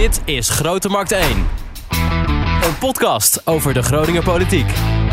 Dit is Grote Markt 1. Een podcast over de Groninger politiek.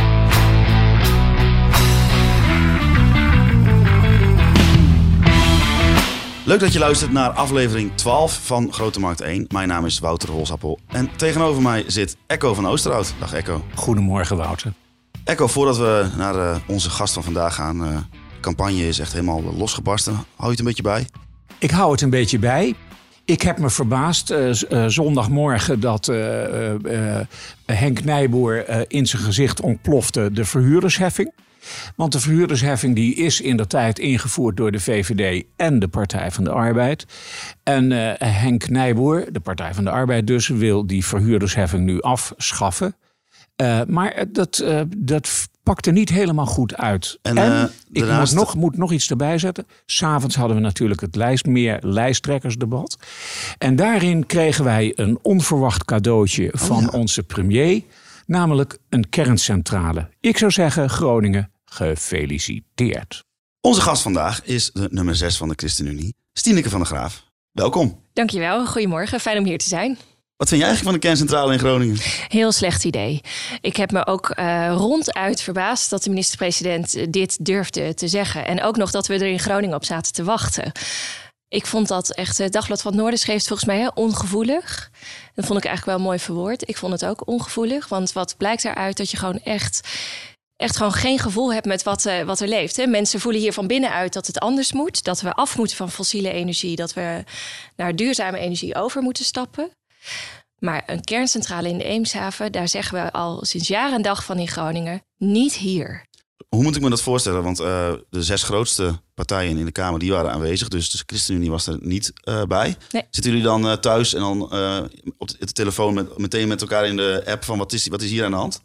Leuk dat je luistert naar aflevering 12 van Grote Markt 1. Mijn naam is Wouter Holsappel en tegenover mij zit Ecco van Oosterhout. Dag Ecco. Goedemorgen Wouter. Ecco, voordat we naar onze gast van vandaag gaan, de campagne is echt helemaal losgebarsten. Hou je het een beetje bij? Ik hou het een beetje bij. Ik heb me verbaasd zondagmorgen dat Henk Nijboer in zijn gezicht ontplofte de verhuurdersheffing. Want de verhuurdersheffing die is indertijd ingevoerd door de VVD en de Partij van de Arbeid. En Henk Nijboer, de Partij van de Arbeid dus, wil die verhuurdersheffing nu afschaffen. Maar dat pakte niet helemaal goed uit. En ik moet nog iets erbij zetten. 's Avonds hadden we natuurlijk het meer lijsttrekkersdebat. En daarin kregen wij een onverwacht cadeautje van onze premier. Namelijk een kerncentrale. Ik zou zeggen, Groningen, gefeliciteerd. Onze gast vandaag is de nummer 6 van de ChristenUnie, Stieneke van der Graaf. Welkom. Dankjewel, goedemorgen. Fijn om hier te zijn. Wat vind je eigenlijk van de kerncentrale in Groningen? Heel slecht idee. Ik heb me ook ronduit verbaasd dat de minister-president dit durfde te zeggen. En ook nog dat we er in Groningen op zaten te wachten. Ik vond dat echt, het Dagblad van het Noorden schreef het volgens mij ongevoelig. Dat vond ik eigenlijk wel mooi verwoord. Ik vond het ook ongevoelig, want wat blijkt daaruit dat je gewoon echt gewoon geen gevoel hebt met wat er leeft. Hè? Mensen voelen hier van binnenuit dat het anders moet. Dat we af moeten van fossiele energie. Dat we naar duurzame energie over moeten stappen. Maar een kerncentrale in de Eemshaven, daar zeggen we al sinds jaar en dag van in Groningen, niet hier. Hoe moet ik me dat voorstellen? Want de 6 grootste partijen in de Kamer die waren aanwezig. Dus de ChristenUnie was er niet bij. Nee. Zitten jullie dan thuis en dan op de telefoon meteen met elkaar in de app van wat is hier aan de hand?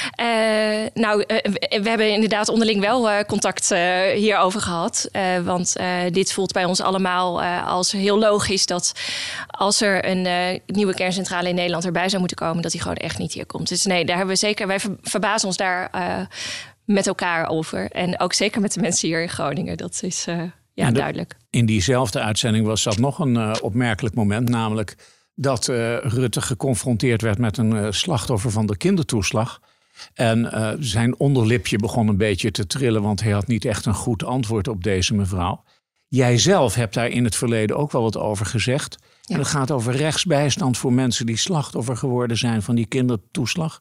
We hebben inderdaad onderling wel contact hierover gehad. Want dit voelt bij ons allemaal als heel logisch dat als er een nieuwe kerncentrale in Nederland erbij zou moeten komen, dat die gewoon echt niet hier komt. Dus nee, daar hebben we zeker, wij verbazen ons daar met elkaar over. En ook zeker met de mensen hier in Groningen. Dat is duidelijk. In diezelfde uitzending was dat nog een opmerkelijk moment. Namelijk dat Rutte geconfronteerd werd met een slachtoffer van de kindertoeslag. En zijn onderlipje begon een beetje te trillen, want hij had niet echt een goed antwoord op deze mevrouw. Jij zelf hebt daar in het verleden ook wel wat over gezegd. Ja. En het gaat over rechtsbijstand voor mensen die slachtoffer geworden zijn van die kindertoeslag.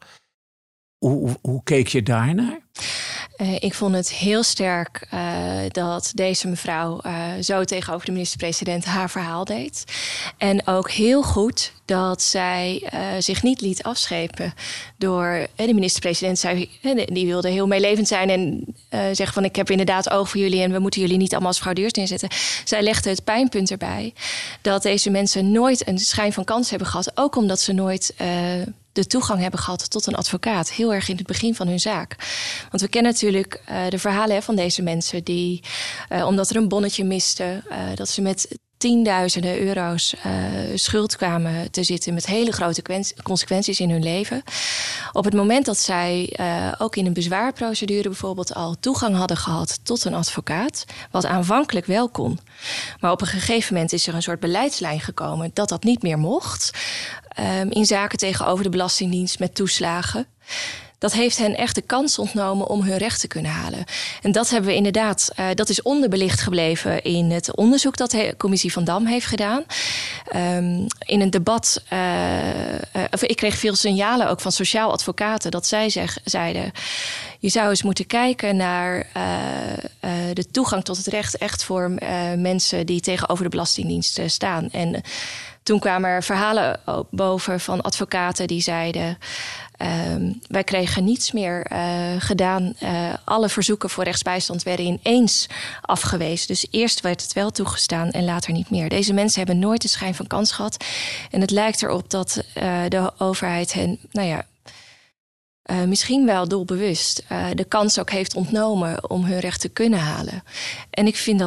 Hoe keek je daarnaar? Ik vond het heel sterk dat deze mevrouw zo tegenover de minister-president haar verhaal deed. En ook heel goed dat zij zich niet liet afschepen door de minister-president. Die wilde heel meelevend zijn en zeggen van ik heb inderdaad oog voor jullie en we moeten jullie niet allemaal als fraudeurs neerzetten. Zij legde het pijnpunt erbij dat deze mensen nooit een schijn van kans hebben gehad. Ook omdat ze nooit de toegang hebben gehad tot een advocaat. Heel erg in het begin van hun zaak. Want we kennen natuurlijk de verhalen van deze mensen die, omdat er een bonnetje miste, dat ze met tienduizenden euro's schuld kwamen te zitten met hele grote consequenties in hun leven. Op het moment dat zij ook in een bezwaarprocedure bijvoorbeeld al toegang hadden gehad tot een advocaat, wat aanvankelijk wel kon. Maar op een gegeven moment is er een soort beleidslijn gekomen dat dat niet meer mocht. In zaken tegenover de Belastingdienst met toeslagen. Dat heeft hen echt de kans ontnomen om hun recht te kunnen halen. En dat hebben we inderdaad, dat is onderbelicht gebleven in het onderzoek dat de commissie Van Dam heeft gedaan. In een debat, ik kreeg veel signalen ook van sociaal advocaten dat zij zeiden, je zou eens moeten kijken naar de toegang tot het recht echt voor mensen die tegenover de Belastingdienst staan. En toen kwamen er verhalen boven van advocaten die zeiden, wij kregen niets meer gedaan. Alle verzoeken voor rechtsbijstand werden ineens afgewezen. Dus eerst werd het wel toegestaan en later niet meer. Deze mensen hebben nooit een schijn van kans gehad. En het lijkt erop dat de overheid hen, misschien wel doelbewust de kans ook heeft ontnomen om hun recht te kunnen halen. En ik vind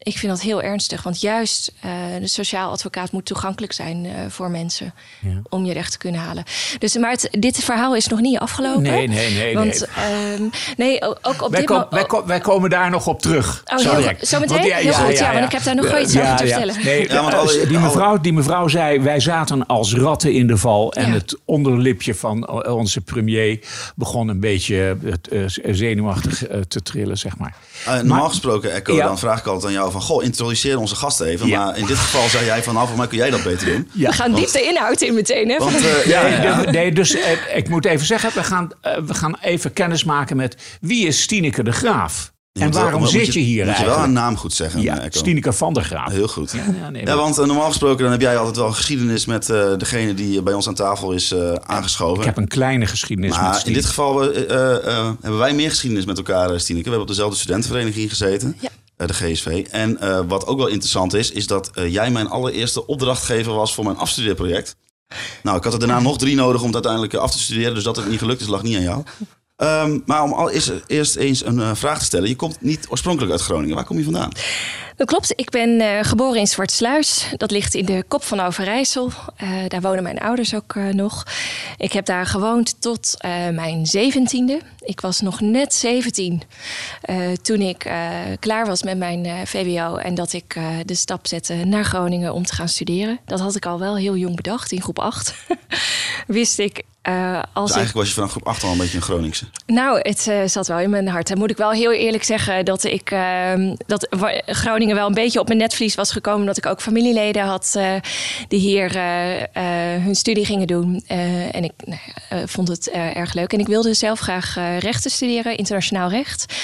Ik vind dat heel ernstig. Want juist de sociaal advocaat moet toegankelijk zijn voor mensen. Ja. Om je recht te kunnen halen. Dus, maar dit verhaal is nog niet afgelopen. Nee. Want ook op wij komen daar nog op terug. Zometeen? Heel goed, want ik heb daar nog iets over te vertellen. Die mevrouw zei, wij zaten als ratten in de val. En het onderlipje van onze premier begon een beetje zenuwachtig te trillen, zeg maar. Normaal gesproken, Echo, dan vraag ik altijd aan jou van... introduceer onze gasten even. Ja. Maar in dit geval zei jij van... volgens mij kun jij dat beter doen. Ja. We gaan diep de inhoud in meteen, hè? Want, dus ik moet even zeggen... we gaan even kennis maken met... wie is Stineke de Graaf? En waarom zit je hier eigenlijk? Moet je wel een naam goed zeggen. Ja, Stineke van der Graaf. Heel goed. Want normaal gesproken dan heb jij altijd wel geschiedenis... met degene die bij ons aan tafel is aangeschoven. Ik heb een kleine geschiedenis met Stineke. In dit geval hebben wij meer geschiedenis met elkaar, Stineke. We hebben op dezelfde studentenvereniging gezeten. Ja. De GSV. En wat ook wel interessant is dat jij mijn allereerste opdrachtgever was voor mijn afstudeerproject. Nou, ik had er daarna nog 3 nodig om het uiteindelijk af te studeren. Dus dat het niet gelukt is, lag niet aan jou. Maar om eerst eens een vraag te stellen. Je komt niet oorspronkelijk uit Groningen. Waar kom je vandaan? Dat klopt. Ik ben geboren in Zwartsluis. Dat ligt in de kop van Overijssel. Daar wonen mijn ouders ook nog. Ik heb daar gewoond tot mijn 17e. Ik was nog net 17 toen ik klaar was met mijn VWO. En dat ik de stap zette naar Groningen om te gaan studeren. Dat had ik al wel heel jong bedacht. In groep 8 wist ik... Dus eigenlijk was je vanaf groep 8 al een beetje een Groningse. Nou, het zat wel in mijn hart. Dan moet ik wel heel eerlijk zeggen dat ik dat Groningen wel een beetje op mijn netvlies was gekomen. Omdat ik ook familieleden had die hier hun studie gingen doen. En ik vond het erg leuk. En ik wilde zelf graag rechten studeren, internationaal recht.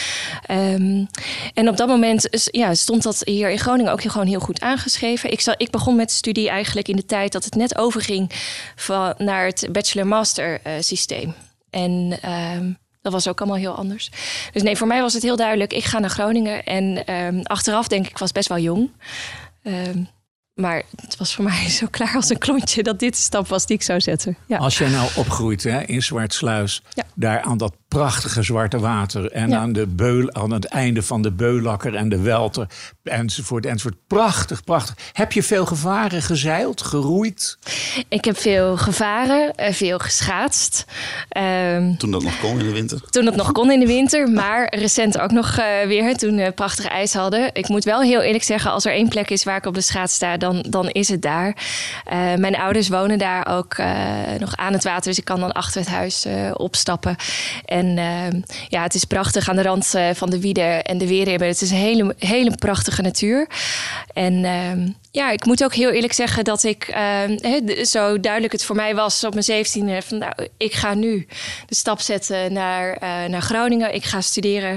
En op dat moment stond dat hier in Groningen ook gewoon heel goed aangeschreven. Ik begon met de studie eigenlijk in de tijd dat het net overging naar het bachelor-master systeem. En dat was ook allemaal heel anders. Dus nee, voor mij was het heel duidelijk. Ik ga naar Groningen. En achteraf denk ik, was best wel jong. Maar het was voor mij zo klaar als een klontje dat dit de stap was die ik zou zetten. Ja. Als jij nou opgroeit in Zwartsluis, daar aan dat prachtige zwarte water en aan het einde van de Beulakker en de Welter enzovoort. Prachtig. Heb je veel gevaren, gezeild, geroeid? Ik heb veel gevaren, veel geschaatst. Toen dat nog kon in de winter? Toen dat nog kon in de winter, maar recent ook nog weer, toen we prachtig ijs hadden. Ik moet wel heel eerlijk zeggen, als er één plek is waar ik op de schaats sta, dan is het daar. Mijn ouders wonen daar ook nog aan het water, dus ik kan dan achter het huis opstappen. En het is prachtig aan de rand van de Wiede en de Weerribben. Het is een hele prachtige natuur. En ik moet ook heel eerlijk zeggen dat ik zo duidelijk het voor mij was op mijn 17e. Van, ik ga nu de stap zetten naar Groningen. Ik ga studeren.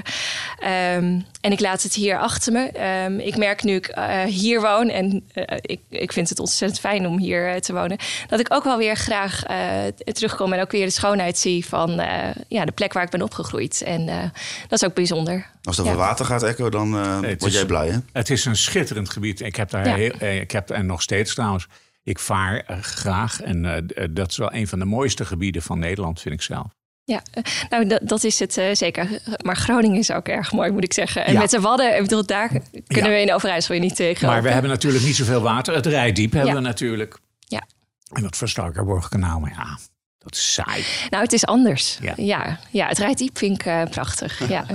En ik laat het hier achter me. Ik merk nu ik hier woon en ik vind het ontzettend fijn om hier te wonen. Dat ik ook wel weer graag terugkom en ook weer de schoonheid zie van de plek waar ik ben opgegroeid. En dat is ook bijzonder. Als het over water gaat, Echo, dan word jij blij, hè? Het is een schitterend gebied. Ik heb daar en nog steeds trouwens. Ik vaar graag en dat is wel een van de mooiste gebieden van Nederland, vind ik zelf. Ja, nou dat is het zeker. Maar Groningen is ook erg mooi, moet ik zeggen. En met de Wadden, ik bedoel, daar kunnen we in Overijssel weer niet tegen. Maar we hebben natuurlijk niet zoveel water. Het Reitdiep hebben we natuurlijk. Ja. En het Verstarkerborgkanaal, maar dat is saai. Nou, het is anders. Ja, het Reitdiep vind ik prachtig, ja.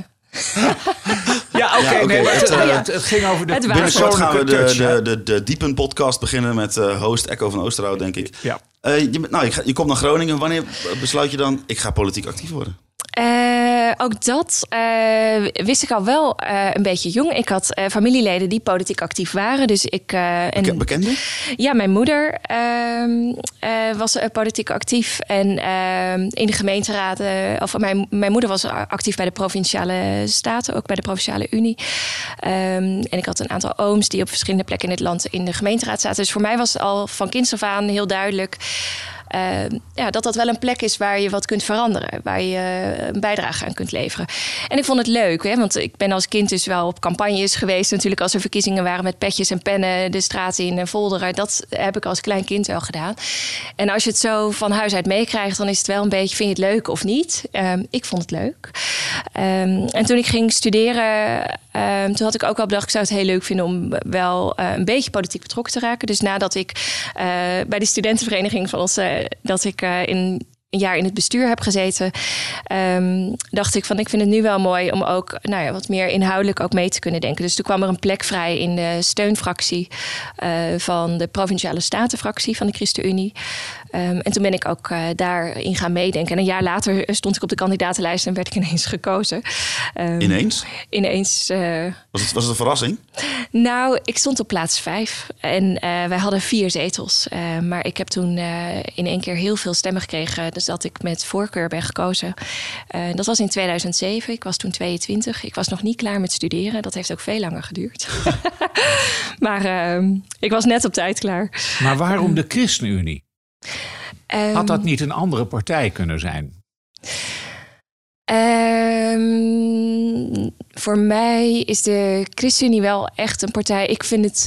Het ging over de... Binnenkort gaan we de Diepen podcast beginnen met host Echo van Oosterhout, denk ik. Ja. Je komt naar Groningen. Wanneer besluit je dan, ik ga politiek actief worden? Ook dat wist ik al wel een beetje jong. Ik had familieleden die politiek actief waren. Dus Bekende? Ja, mijn moeder was politiek actief. En in de gemeenteraden... Of mijn moeder was actief bij de Provinciale Staten. Ook bij de Provinciale Unie. En ik had een aantal ooms die op verschillende plekken in het land in de gemeenteraad zaten. Dus voor mij was het al van kinds af aan heel duidelijk... dat wel een plek is waar je wat kunt veranderen. Waar je een bijdrage aan kunt leveren. En ik vond het leuk, hè, want ik ben als kind dus wel op campagnes geweest. Natuurlijk als er verkiezingen waren met petjes en pennen de straat in en folderen. Dat heb ik als klein kind wel gedaan. En als je het zo van huis uit meekrijgt, dan is het wel een beetje, vind je het leuk of niet? Ik vond het leuk. En toen ik ging studeren, toen had ik ook wel bedacht, ik zou het heel leuk vinden om wel een beetje politiek betrokken te raken. Dus nadat ik bij de studentenvereniging van ons, dat ik in een jaar in het bestuur heb gezeten, dacht ik van, ik vind het nu wel mooi om ook wat meer inhoudelijk ook mee te kunnen denken. Dus toen kwam er een plek vrij in de steunfractie van de Provinciale Statenfractie van de ChristenUnie. En toen ben ik ook daarin gaan meedenken. En een jaar later stond ik op de kandidatenlijst en werd ik ineens gekozen. Ineens? Ineens. Was het een verrassing? Nou, ik stond op plaats 5 en wij hadden 4 zetels. Maar ik heb toen in één keer heel veel stemmen gekregen, dus dat ik met voorkeur ben gekozen. Dat was in 2007, ik was toen 22. Ik was nog niet klaar met studeren, dat heeft ook veel langer geduurd. Maar ik was net op tijd klaar. Maar waarom de ChristenUnie? Had dat niet een andere partij kunnen zijn? Voor mij is de ChristenUnie wel echt een partij. Ik vind het.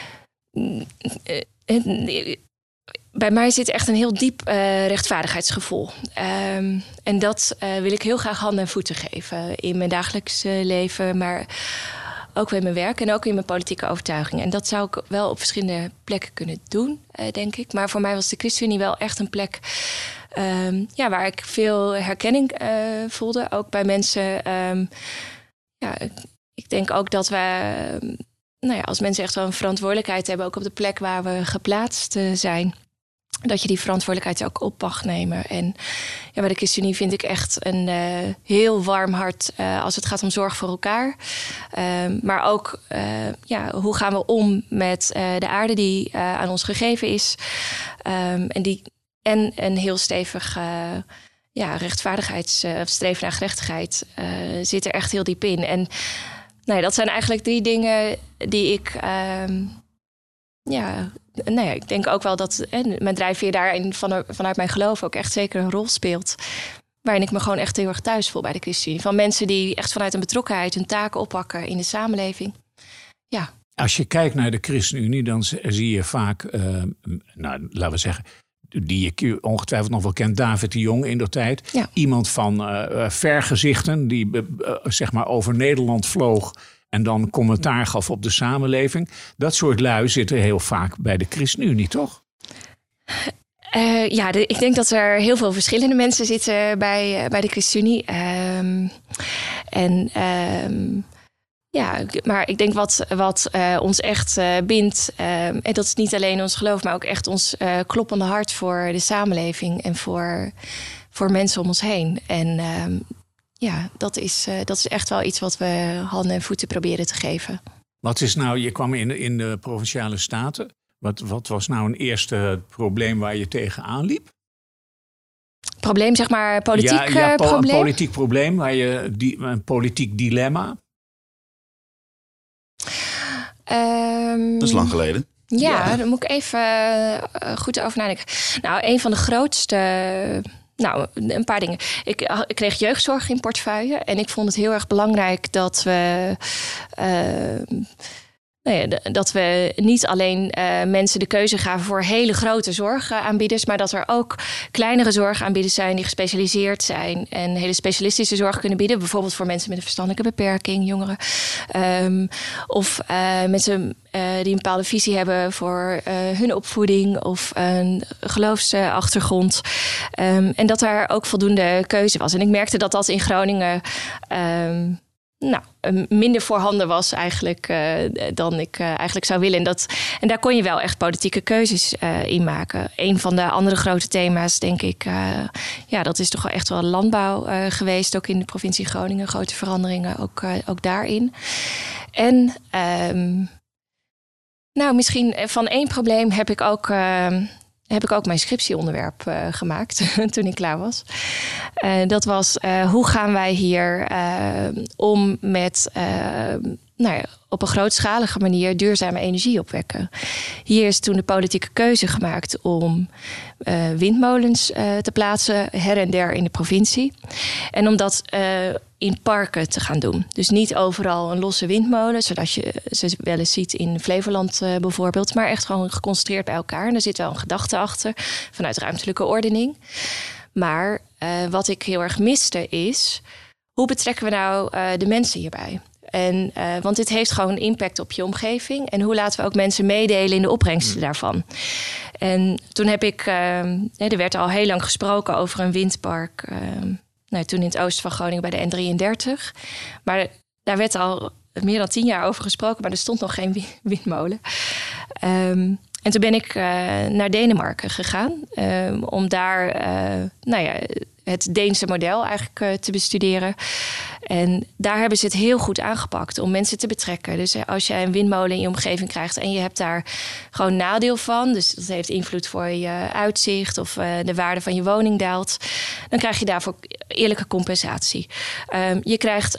Bij mij zit echt een heel diep rechtvaardigheidsgevoel. En dat wil ik heel graag handen en voeten geven in mijn dagelijks leven, maar ook in mijn werk en ook in mijn politieke overtuiging. En dat zou ik wel op verschillende plekken kunnen doen, denk ik. Maar voor mij was de ChristenUnie wel echt een plek waar ik veel herkenning voelde. Ook bij mensen. Ik denk ook dat we, als mensen echt wel een verantwoordelijkheid hebben, ook op de plek waar we geplaatst zijn, dat je die verantwoordelijkheid ook op mag nemen. En bij de ChristenUnie vind ik echt een heel warm hart als het gaat om zorg voor elkaar. Maar ook, hoe gaan we om met de aarde die aan ons gegeven is. En een heel stevig streven naar gerechtigheid zit er echt heel diep in. En dat zijn eigenlijk 3 dingen die ik ik denk ook wel dat mijn drijfveer daarin vanuit mijn geloof ook echt zeker een rol speelt. Waarin ik me gewoon echt heel erg thuis voel bij de ChristenUnie. Van mensen die echt vanuit een betrokkenheid hun taken oppakken in de samenleving. Ja. Als je kijkt naar de ChristenUnie, dan zie je vaak, laten we zeggen, die je ongetwijfeld nog wel kent, David de Jong indertijd. Ja. Iemand van vergezichten die zeg maar over Nederland vloog en dan commentaar gaf op de samenleving. Dat soort lui zitten heel vaak bij de ChristenUnie, toch? Ik denk dat er heel veel verschillende mensen zitten bij de ChristenUnie. Maar ik denk wat ons echt bindt, en dat is niet alleen ons geloof, maar ook echt ons kloppende hart voor de samenleving en voor mensen om ons heen. En dat is echt wel iets wat we handen en voeten proberen te geven. Wat is nou, je kwam in de Provinciale Staten. Wat was nou een eerste probleem waar je tegenaan liep? Probleem, zeg maar, politiek probleem? Een politiek probleem, een politiek dilemma. Dat is lang geleden. Ja, daar moet ik even goed over nadenken. Nou, een van de grootste. Een paar dingen. Ik kreeg jeugdzorg in portefeuille. En ik vond het heel erg belangrijk dat we niet alleen mensen de keuze gaven voor hele grote zorgaanbieders, maar dat er ook kleinere zorgaanbieders zijn die gespecialiseerd zijn en hele specialistische zorg kunnen bieden. Bijvoorbeeld voor mensen met een verstandelijke beperking, jongeren. Of mensen die een bepaalde visie hebben voor hun opvoeding of een geloofsachtergrond. En dat daar ook voldoende keuze was. En ik merkte dat dat in Groningen minder voorhanden was eigenlijk dan ik eigenlijk zou willen. En daar kon je wel echt politieke keuzes in maken. Een van de andere grote thema's, denk ik, dat is toch wel echt wel landbouw geweest. Ook in de provincie Groningen, grote veranderingen ook daarin. En misschien van één probleem heb ik ook heb ik ook mijn scriptieonderwerp gemaakt toen ik klaar was. Dat was hoe gaan wij hier om met op een grootschalige manier duurzame energie opwekken. Hier is toen de politieke keuze gemaakt om windmolens te plaatsen her en der in de provincie. En om dat in parken te gaan doen. Dus niet overal een losse windmolen, zoals je ze wel eens ziet in Flevoland bijvoorbeeld, maar echt gewoon geconcentreerd bij elkaar. En er zit wel een gedachte achter vanuit ruimtelijke ordening. Maar wat ik heel erg miste is, hoe betrekken we nou de mensen hierbij? Want dit heeft gewoon impact op je omgeving. En hoe laten we ook mensen meedelen in de opbrengsten daarvan? En toen heb ik... er werd al heel lang gesproken over een windpark. Toen in het oosten van Groningen bij de N33. Maar daar werd al meer dan 10 jaar over gesproken. Maar er stond nog geen windmolen. En toen ben ik naar Denemarken gegaan. Om daar het Deense model eigenlijk te bestuderen. En daar hebben ze het heel goed aangepakt om mensen te betrekken. Dus als jij een windmolen in je omgeving krijgt en je hebt daar gewoon nadeel van, dus dat heeft invloed voor je uitzicht of de waarde van je woning daalt, dan krijg je daarvoor eerlijke compensatie. Je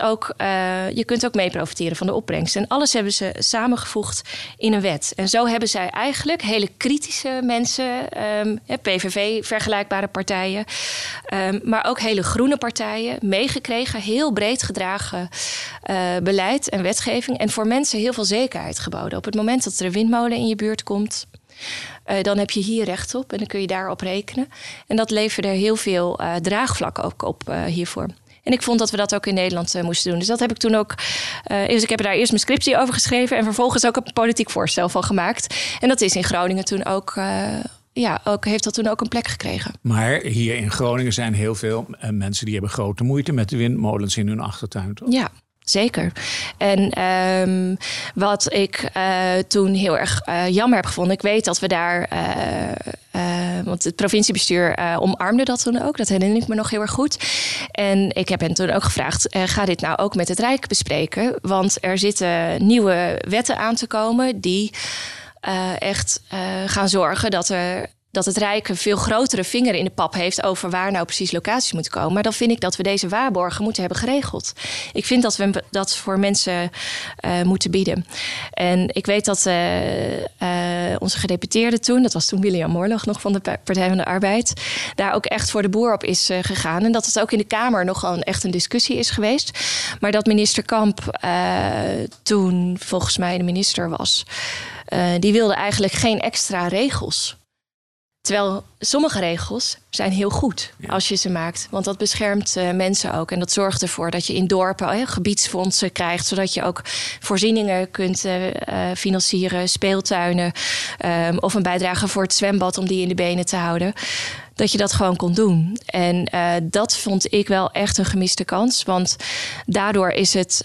kunt ook mee profiteren van de opbrengst. En alles hebben ze samengevoegd in een wet. En zo hebben zij eigenlijk hele kritische mensen, PVV, vergelijkbare partijen, maar ook hele groene partijen meegekregen, heel breed gedragen beleid en wetgeving. En voor mensen heel veel zekerheid geboden. Op het moment dat er een windmolen in je buurt komt, dan heb je hier recht op en dan kun je daarop rekenen. En dat leverde heel veel draagvlak ook op hiervoor. En ik vond dat we dat ook in Nederland moesten doen. Dus dat heb ik toen ook. Dus ik heb daar eerst mijn scriptie over geschreven en vervolgens ook een politiek voorstel van gemaakt. En dat is in Groningen toen ook. Heeft dat toen ook een plek gekregen. Maar hier in Groningen zijn heel veel mensen die hebben grote moeite met de windmolens in hun achtertuin, toch? Ja, zeker. En wat ik toen heel erg jammer heb gevonden, ik weet dat we daar, want het provinciebestuur omarmde dat toen ook, dat herinner ik me nog heel erg goed. En ik heb hen toen ook gevraagd, ga dit nou ook met het Rijk bespreken? Want er zitten nieuwe wetten aan te komen die echt gaan zorgen dat het Rijk een veel grotere vinger in de pap heeft over waar nou precies locaties moeten komen. Maar dan vind ik dat we deze waarborgen moeten hebben geregeld. Ik vind dat we dat voor mensen moeten bieden. En ik weet dat onze gedeputeerde toen, dat was toen William Moorlog nog van de Partij van de Arbeid, daar ook echt voor de boer op is gegaan. En dat het ook in de Kamer nogal echt een discussie is geweest. Maar dat minister Kamp toen volgens mij de minister was, die wilde eigenlijk geen extra regels. Terwijl sommige regels zijn heel goed als je ze maakt. Want dat beschermt mensen ook. En dat zorgt ervoor dat je in dorpen gebiedsfondsen krijgt. Zodat je ook voorzieningen kunt financieren. Speeltuinen. Of een bijdrage voor het zwembad om die in de benen te houden. Dat je dat gewoon kon doen. En dat vond ik wel echt een gemiste kans. Want daardoor is het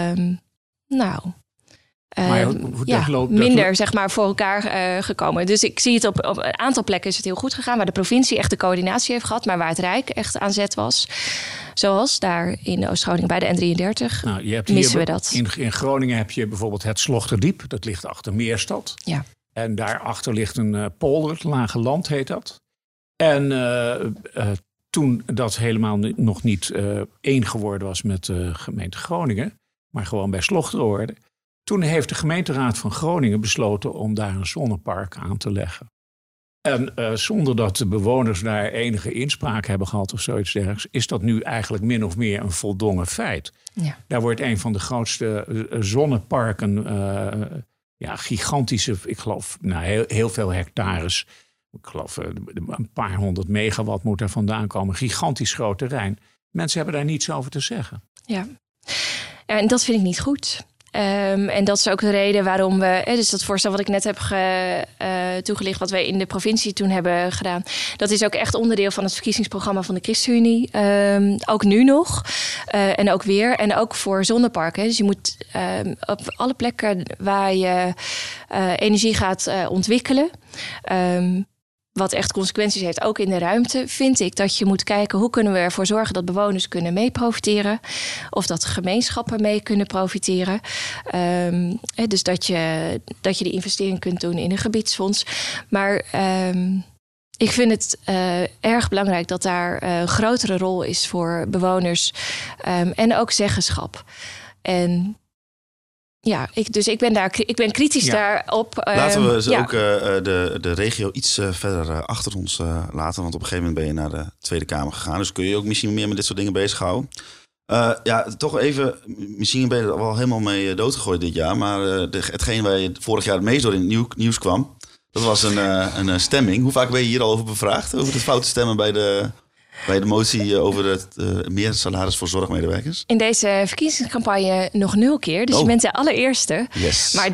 minder zeg maar, voor elkaar gekomen. Dus ik zie het op een aantal plekken is het heel goed gegaan. Waar de provincie echt de coördinatie heeft gehad. Maar waar het Rijk echt aan zet was. Zoals daar in Oost-Groningen bij de N33. Nou, je hebt missen we dat. In Groningen heb je bijvoorbeeld het Slochterdiep. Dat ligt achter Meerstad. Ja. En daarachter ligt een polder. Het Lage Land heet dat. En toen dat helemaal nog niet één geworden was met de gemeente Groningen. Maar gewoon bij Slochteren hoorde. Toen heeft de gemeenteraad van Groningen besloten om daar een zonnepark aan te leggen. En zonder dat de bewoners daar enige inspraak hebben gehad of zoiets dergelijks, is dat nu eigenlijk min of meer een voldongen feit. Ja. Daar wordt een van de grootste zonneparken, gigantische, ik geloof heel veel hectares. Ik geloof een paar 100 megawatt moet daar vandaan komen. Gigantisch groot terrein. Mensen hebben daar niets over te zeggen. Ja, en dat vind ik niet goed. En dat is ook de reden waarom we, dus dat voorstel wat ik net heb toegelicht, wat wij in de provincie toen hebben gedaan, dat is ook echt onderdeel van het verkiezingsprogramma van de ChristenUnie. Ook nu nog. En ook weer. En ook voor zonneparken. Dus je moet op alle plekken waar je energie gaat ontwikkelen, wat echt consequenties heeft, ook in de ruimte, vind ik dat je moet kijken hoe kunnen we ervoor zorgen dat bewoners kunnen mee profiteren. Of dat gemeenschappen mee kunnen profiteren. Dus dat je de investering kunt doen in een gebiedsfonds. Maar ik vind het erg belangrijk dat daar een grotere rol is voor bewoners en ook zeggenschap. En ja, ik ben kritisch daarop. Laten we ook de regio iets verder achter ons laten. Want op een gegeven moment ben je naar de Tweede Kamer gegaan. Dus kun je ook misschien meer met dit soort dingen bezighouden. Toch even, misschien ben je er wel helemaal mee doodgegooid dit jaar. Maar hetgeen waar je vorig jaar het meest door in het nieuws kwam, dat was een stemming. Hoe vaak ben je hier al over bevraagd? Over het foute stemmen bij de motie over het meer salaris voor zorgmedewerkers? In deze verkiezingscampagne nog 0 keer. Dus je bent de allereerste. Yes. Maar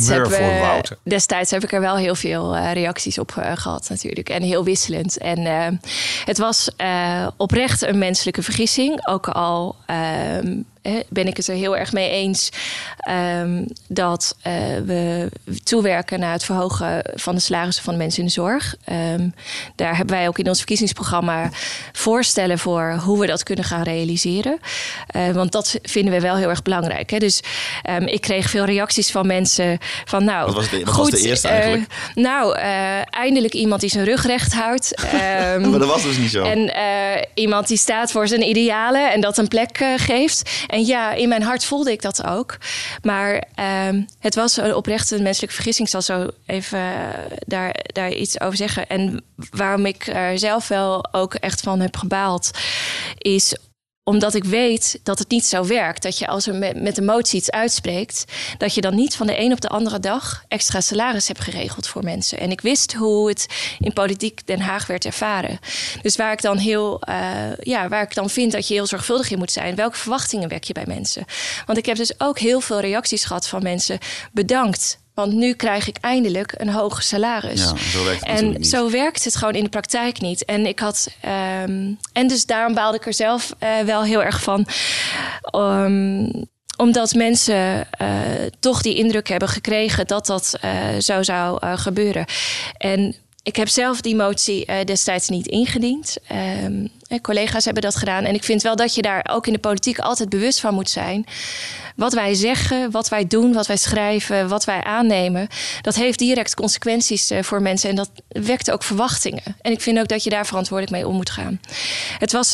destijds heb ik er wel heel veel reacties op gehad natuurlijk. En heel wisselend. En het was oprecht een menselijke vergissing. Ook al ben ik het er heel erg mee eens dat we toewerken naar het verhogen van de salarissen van de mensen in de zorg. Daar hebben wij ook in ons verkiezingsprogramma voorstellen voor hoe we dat kunnen gaan realiseren. Want dat vinden we wel heel erg belangrijk. Hè? Dus ik kreeg veel reacties van mensen van Wat was de eerste eigenlijk? Eindelijk iemand die zijn rug recht houdt. Maar dat was dus niet zo. En iemand die staat voor zijn idealen en dat een plek geeft. En ja, in mijn hart voelde ik dat ook. Maar het was oprecht een menselijke vergissing. Ik zal zo even daar iets over zeggen. En waarom ik er zelf wel ook echt van heb gebaald, is omdat ik weet dat het niet zo werkt. Dat je als er met een motie iets uitspreekt, dat je dan niet van de een op de andere dag extra salaris hebt geregeld voor mensen. En ik wist hoe het in politiek Den Haag werd ervaren. Dus waar ik dan vind dat je heel zorgvuldig in moet zijn. Welke verwachtingen wek je bij mensen? Want ik heb dus ook heel veel reacties gehad van mensen. Bedankt. Want nu krijg ik eindelijk een hoger salaris. Ja, zo werkt het niet. Zo werkt het gewoon in de praktijk niet. En ik had en dus daarom baalde ik er zelf wel heel erg van. Omdat mensen toch die indruk hebben gekregen dat zo zou gebeuren. En ik heb zelf die motie destijds niet ingediend. Collega's hebben dat gedaan. En ik vind wel dat je daar ook in de politiek altijd bewust van moet zijn. Wat wij zeggen, wat wij doen, wat wij schrijven, wat wij aannemen, dat heeft direct consequenties voor mensen. En dat wekt ook verwachtingen. En ik vind ook dat je daar verantwoordelijk mee om moet gaan. Het was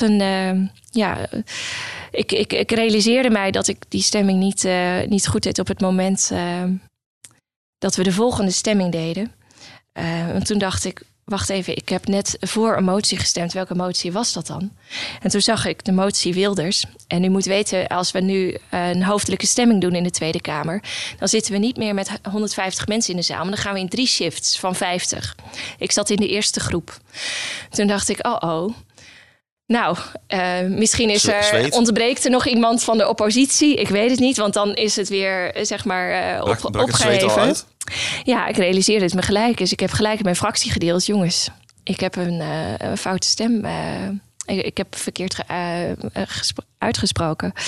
ik realiseerde mij dat ik die stemming niet goed deed op het moment dat we de volgende stemming deden. En toen dacht ik, wacht even, ik heb net voor een motie gestemd. Welke motie was dat dan? En toen zag ik de motie Wilders. En u moet weten, als we nu een hoofdelijke stemming doen in de Tweede Kamer, dan zitten we niet meer met 150 mensen in de zaal, maar dan gaan we in 3 shifts van 50. Ik zat in de eerste groep. Toen dacht ik, misschien ontbreekt er nog iemand van de oppositie. Ik weet het niet, want dan is het weer, opgeheven. Ja, ik realiseerde het me gelijk. Dus ik heb gelijk in mijn fractie gedeeld. Jongens, ik heb een foute stem. Ik heb verkeerd uitgesproken.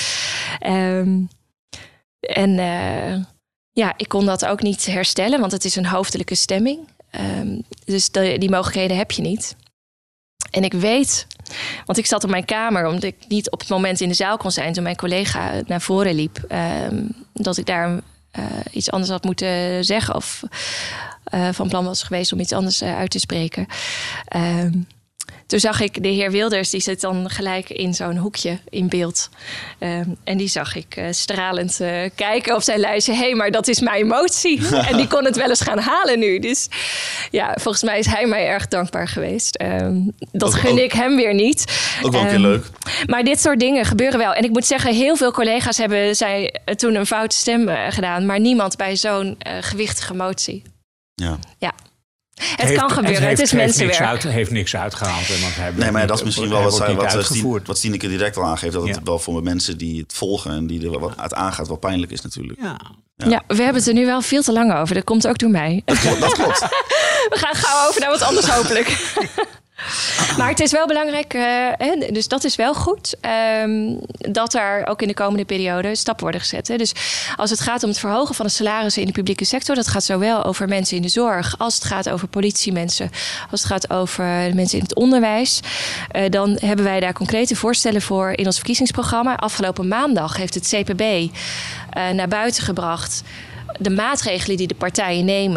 Ik kon dat ook niet herstellen, want het is een hoofdelijke stemming. Dus die mogelijkheden heb je niet. En ik weet, want ik zat op mijn kamer, omdat ik niet op het moment in de zaal kon zijn toen mijn collega naar voren liep, dat ik daar iets anders had moeten zeggen of van plan was geweest om iets anders uit te spreken. Toen zag ik de heer Wilders, die zit dan gelijk in zo'n hoekje in beeld. En die zag ik stralend kijken op zijn lijstje. Hé, maar dat is mijn motie. En die kon het wel eens gaan halen nu. Dus ja, volgens mij is hij mij erg dankbaar geweest. Dat gun ik hem weer niet. Ook wel een keer leuk. Maar dit soort dingen gebeuren wel. En ik moet zeggen, heel veel collega's hebben toen een foute stem gedaan. Maar niemand bij zo'n gewichtige motie. Ja. Het kan gebeuren, het is mensenwerk. Het heeft niks uitgehaald. Maar dat is misschien wel wat Tineke direct al aangeeft. Dat het wel voor mensen die het volgen en die er wat uit aangaat wel pijnlijk is natuurlijk. Ja, we hebben het er nu wel veel te lang over. Dat komt ook door mij. Dat klopt. We gaan gauw over naar wat anders hopelijk. Maar het is wel belangrijk, dus dat is wel goed, dat er ook in de komende periode stappen worden gezet. Hè. Dus als het gaat om het verhogen van de salarissen in de publieke sector, dat gaat zowel over mensen in de zorg, als het gaat over politiemensen, als het gaat over mensen in het onderwijs. Dan hebben wij daar concrete voorstellen voor in ons verkiezingsprogramma. Afgelopen maandag heeft het CPB naar buiten gebracht de maatregelen die de partijen nemen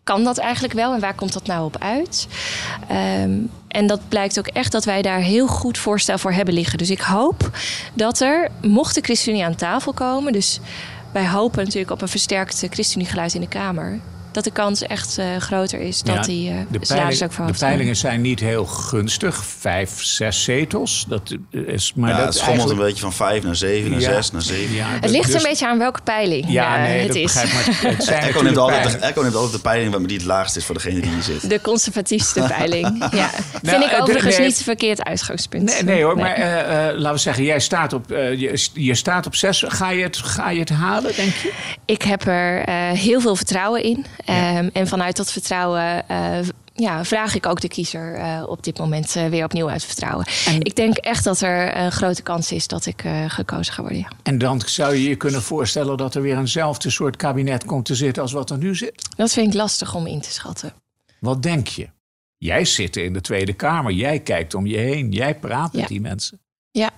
kan dat eigenlijk wel en waar komt dat nou op uit? En dat blijkt ook echt dat wij daar heel goed voorstel voor hebben liggen. Dus ik hoop dat mocht de ChristenUnie aan tafel komen, dus wij hopen natuurlijk op een versterkt ChristenUnie-geluid in de Kamer, dat de kans echt groter is dat die salaris ook verhoogd. De peilingen zijn niet heel gunstig. 5, 6 zetels. Dat is, maar het schommelt een beetje van 5 naar 7, naar 6, naar 7. Ja, het ligt een beetje aan welke peiling het is. Echo neemt altijd de peiling die het laagst is voor degene die hier zit. De conservatiefste peiling. Ja. Vind ik overigens niet een verkeerd uitgangspunt. Nee hoor, maar laten we zeggen, jij staat op, je staat op 6. Ga je het halen, denk je? Ik heb er heel veel vertrouwen in. En vanuit dat vertrouwen vraag ik ook de kiezer op dit moment weer opnieuw uit vertrouwen. Ik denk echt dat er een grote kans is dat ik gekozen ga worden. Ja. En dan zou je je kunnen voorstellen dat er weer eenzelfde soort kabinet komt te zitten als wat er nu zit? Dat vind ik lastig om in te schatten. Wat denk je? Jij zit in de Tweede Kamer, jij kijkt om je heen, jij praat met die mensen. Ja.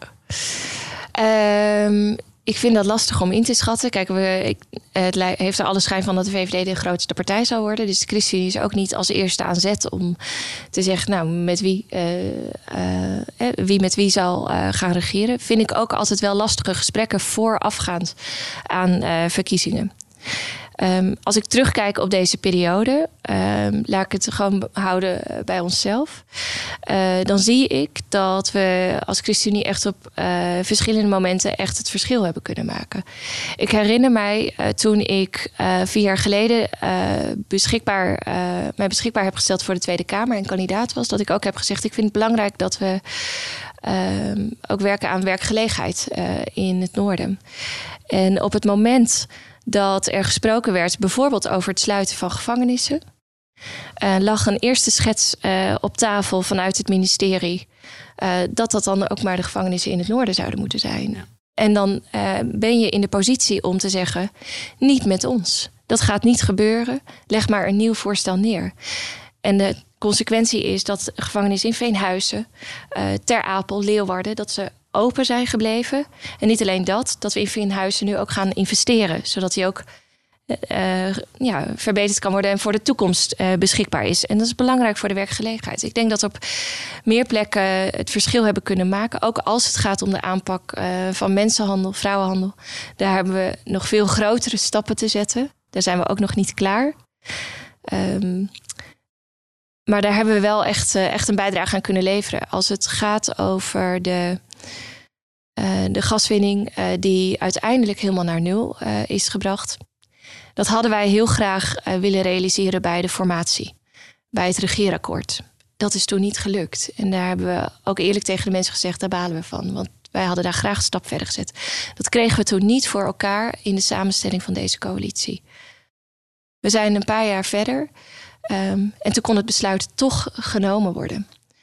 Ik vind dat lastig om in te schatten. Kijk, het heeft er alle schijn van dat de VVD de grootste partij zou worden. Dus de ChristenUnie is ook niet als eerste aan zet om te zeggen, nou, wie met wie zal gaan regeren. Vind ik ook altijd wel lastige gesprekken voorafgaand aan verkiezingen. Als ik terugkijk op deze periode, laat ik het gewoon houden bij onszelf. Dan zie ik dat we als ChristenUnie echt op verschillende momenten echt het verschil hebben kunnen maken. Ik herinner mij toen ik 4 jaar geleden mij beschikbaar heb gesteld voor de Tweede Kamer en kandidaat was, dat ik ook heb gezegd, ik vind het belangrijk dat we ook werken aan werkgelegenheid in het noorden. En op het moment dat er gesproken werd bijvoorbeeld over het sluiten van gevangenissen, lag een eerste schets op tafel vanuit het ministerie dat dan ook maar de gevangenissen in het noorden zouden moeten zijn. Ja. En dan ben je in de positie om te zeggen, niet met ons. Dat gaat niet gebeuren. Leg maar een nieuw voorstel neer. En de consequentie is dat de gevangenissen in Veenhuizen, Ter Apel, Leeuwarden, dat ze open zijn gebleven. En niet alleen dat we in Veenhuizen nu ook gaan investeren, zodat die ook verbeterd kan worden en voor de toekomst beschikbaar is. En dat is belangrijk voor de werkgelegenheid. Ik denk dat we op meer plekken het verschil hebben kunnen maken. Ook als het gaat om de aanpak van mensenhandel, vrouwenhandel. Daar hebben we nog veel grotere stappen te zetten. Daar zijn we ook nog niet klaar. Maar daar hebben we wel echt een bijdrage aan kunnen leveren. Als het gaat over de gaswinning die uiteindelijk helemaal naar 0 is gebracht. Dat hadden wij heel graag willen realiseren bij de formatie. Bij het regeerakkoord. Dat is toen niet gelukt. En daar hebben we ook eerlijk tegen de mensen gezegd, daar balen we van. Want wij hadden daar graag een stap verder gezet. Dat kregen we toen niet voor elkaar in de samenstelling van deze coalitie. We zijn een paar jaar verder. En toen kon het besluit toch genomen worden.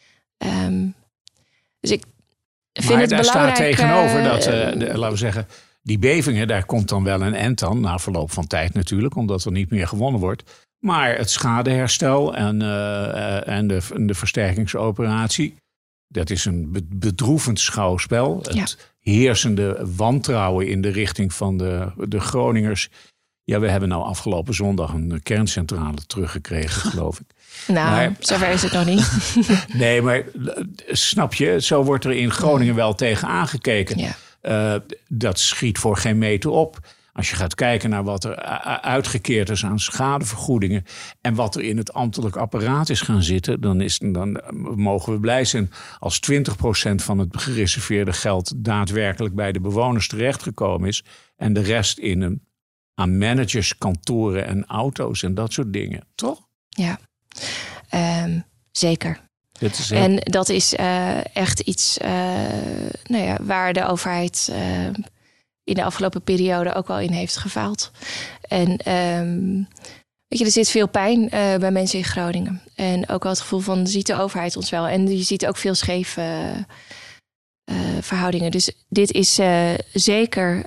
Dus ik vind het belangrijk. Maar daar staat tegenover dat, laten we zeggen, die bevingen, daar komt dan wel een eind aan, na verloop van tijd natuurlijk, omdat er niet meer gewonnen wordt. Maar het schadeherstel en de versterkingsoperatie, dat is een bedroevend schouwspel. Ja. Het heersende wantrouwen in de richting van de Groningers. Ja, we hebben nou afgelopen zondag een kerncentrale teruggekregen, geloof ik. Nou, zover is het nog niet. Nee, maar snap je, zo wordt er in Groningen wel tegen aangekeken. Ja. Dat schiet voor geen meter op. Als je gaat kijken naar wat er uitgekeerd is aan schadevergoedingen en wat er in het ambtelijk apparaat is gaan zitten, dan mogen we blij zijn als 20% van het gereserveerde geld daadwerkelijk bij de bewoners terechtgekomen is en de rest aan managers, kantoren en auto's en dat soort dingen, toch? Ja, zeker. En dat is echt iets waar de overheid in de afgelopen periode ook wel in heeft gefaald. En weet je, er zit veel pijn bij mensen in Groningen. En ook wel het gevoel van, ziet de overheid ons wel? En je ziet ook veel scheve verhoudingen. Dus dit is zeker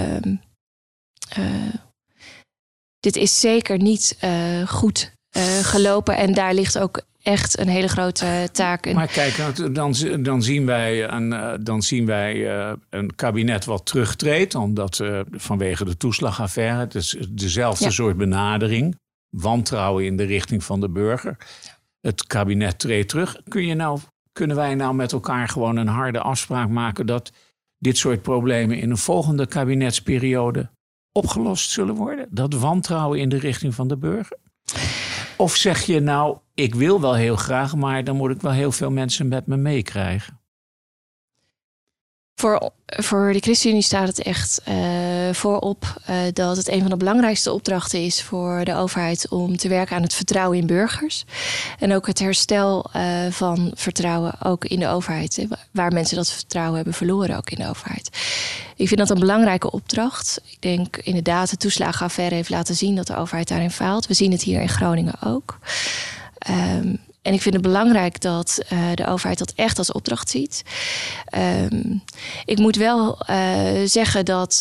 dit is zeker niet goed gelopen. En daar ligt ook echt een hele grote taak. Maar kijk, dan zien wij een kabinet wat terugtreedt, omdat vanwege de toeslagaffaire, het is dezelfde soort benadering. wantrouwen in de richting van de burger. Het kabinet treedt terug. Kunnen wij nou met elkaar gewoon een harde afspraak maken dat dit soort problemen in een volgende kabinetsperiode opgelost zullen worden? Dat wantrouwen in de richting van de burger? Of zeg je nou, ik wil wel heel graag, maar dan moet ik wel heel veel mensen met me meekrijgen? Voor de ChristenUnie staat het echt voorop dat het een van de belangrijkste opdrachten is voor de overheid om te werken aan het vertrouwen in burgers. En ook het herstel van vertrouwen ook in de overheid. Waar mensen dat vertrouwen hebben verloren ook in de overheid. Ik vind dat een belangrijke opdracht. Ik denk inderdaad, de toeslagenaffaire heeft laten zien dat de overheid daarin faalt. We zien het hier in Groningen ook. En ik vind het belangrijk dat de overheid dat echt als opdracht ziet. Ik moet wel zeggen dat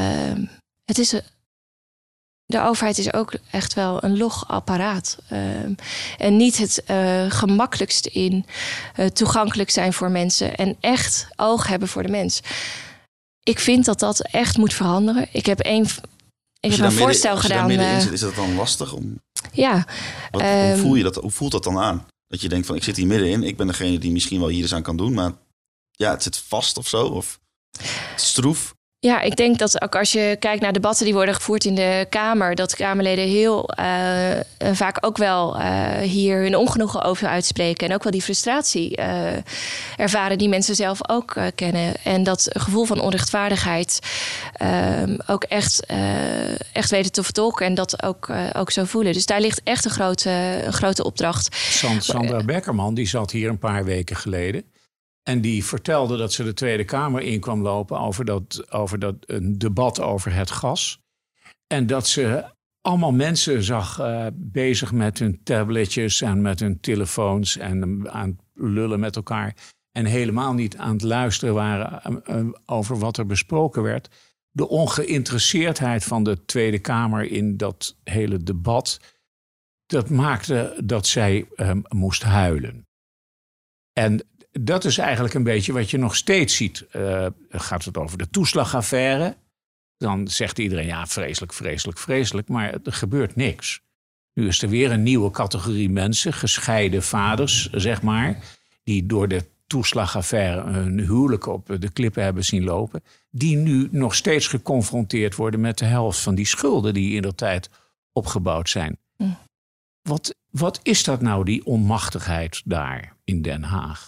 de overheid is ook echt wel een log apparaat. En niet het gemakkelijkst in toegankelijk zijn voor mensen. En echt oog hebben voor de mens. Ik vind dat dat echt moet veranderen. Ik heb een voorstel gedaan. Is dat dan lastig om... Ja. Hoe voel je dat? Hoe voelt dat dan aan? Dat je denkt van, ik zit hier middenin. Ik ben degene die misschien wel hier eens aan kan doen. Maar ja, het zit vast of zo. Of het is stroef. Ja, ik denk dat ook als je kijkt naar debatten die worden gevoerd in de Kamer, dat Kamerleden heel vaak ook wel hier hun ongenoegen over uitspreken. En ook wel die frustratie ervaren die mensen zelf ook kennen. En dat gevoel van onrechtvaardigheid ook echt weten te vertolken. En dat ook zo voelen. Dus daar ligt echt een grote opdracht. Sandra Beckerman, die zat hier een paar weken geleden. En die vertelde dat ze de Tweede Kamer in kwam lopen over dat een debat over het gas. En dat ze allemaal mensen zag bezig met hun tabletjes en met hun telefoons en aan het lullen met elkaar. En helemaal niet aan het luisteren waren over wat er besproken werd. De ongeïnteresseerdheid van de Tweede Kamer in dat hele debat, dat maakte dat zij moest huilen. En dat is eigenlijk een beetje wat je nog steeds ziet. Gaat het over de toeslagaffaire? Dan zegt iedereen, ja, vreselijk, vreselijk, vreselijk. Maar er gebeurt niks. Nu is er weer een nieuwe categorie mensen, gescheiden vaders, zeg maar, die door de toeslagaffaire hun huwelijk op de klippen hebben zien lopen, die nu nog steeds geconfronteerd worden met de helft van die schulden die in de tijd opgebouwd zijn. Mm. Wat is dat nou, die onmachtigheid daar in Den Haag?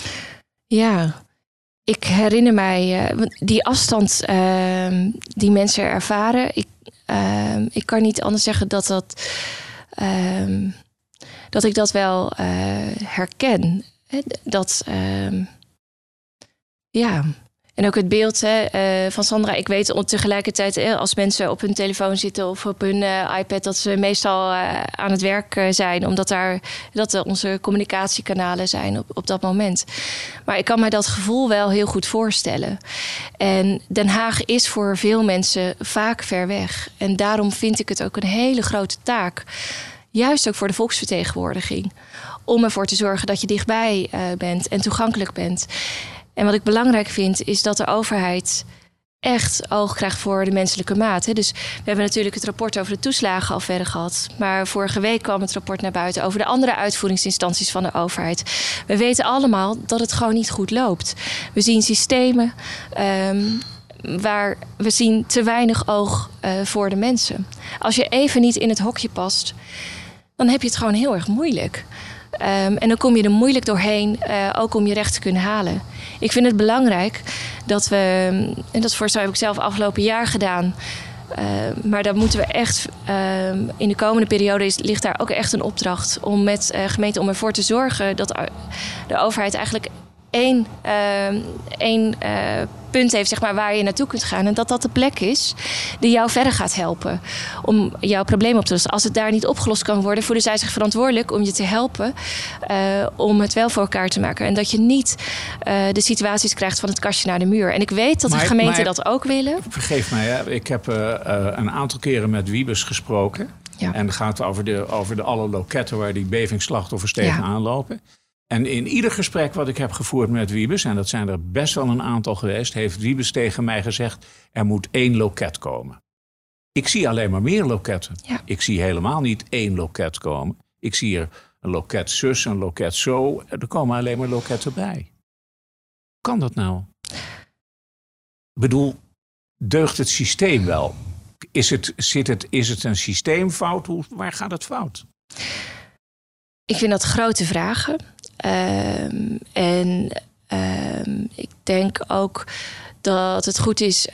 Ja, ik herinner mij die afstand die mensen ervaren. Ik kan niet anders zeggen dat ik dat wel herken. Ja. En ook het beeld van Sandra. Ik weet tegelijkertijd als mensen op hun telefoon zitten of op hun iPad, dat ze meestal aan het werk zijn. Omdat dat onze communicatiekanalen zijn op dat moment. Maar ik kan me dat gevoel wel heel goed voorstellen. En Den Haag is voor veel mensen vaak ver weg. En daarom vind ik het ook een hele grote taak. Juist ook voor de volksvertegenwoordiging. Om ervoor te zorgen dat je dichtbij bent en toegankelijk bent. En wat ik belangrijk vind, is dat de overheid echt oog krijgt voor de menselijke maat. Hè. Dus we hebben natuurlijk het rapport over de toeslagenaffaire gehad. Maar vorige week kwam het rapport naar buiten over de andere uitvoeringsinstanties van de overheid. We weten allemaal dat het gewoon niet goed loopt. We zien systemen waar we zien te weinig oog voor de mensen. Als je even niet in het hokje past, dan heb je het gewoon heel erg moeilijk. En dan kom je er moeilijk doorheen, ook om je recht te kunnen halen. Ik vind het belangrijk dat we, en dat voorstel heb ik zelf afgelopen jaar gedaan, maar dan moeten we echt, in de komende periode ligt daar ook echt een opdracht om met gemeenten om ervoor te zorgen dat de overheid eigenlijk één punt heeft, zeg maar, waar je naartoe kunt gaan. En dat de plek is die jou verder gaat helpen om jouw probleem op te lossen. Als het daar niet opgelost kan worden, voelen zij zich verantwoordelijk om je te helpen om het wel voor elkaar te maken. En dat je niet de situaties krijgt van het kastje naar de muur. En ik weet dat de gemeenten dat ook willen. Vergeef mij, hè? Ik heb een aantal keren met Wiebes gesproken. Ja. En het gaat over de alle loketten waar die bevingsslachtoffers tegenaan lopen. En in ieder gesprek wat ik heb gevoerd met Wiebes, en dat zijn er best wel een aantal geweest, heeft Wiebes tegen mij gezegd, er moet 1 loket komen. Ik zie alleen maar meer loketten. Ja. Ik zie helemaal niet 1 loket komen. Ik zie er een loket zus, een loket zo. Er komen alleen maar loketten bij. Kan dat nou? Ik bedoel, deugt het systeem wel? Is het een systeemfout? Waar gaat het fout? Ik vind dat grote vragen. Ik denk ook dat het goed is.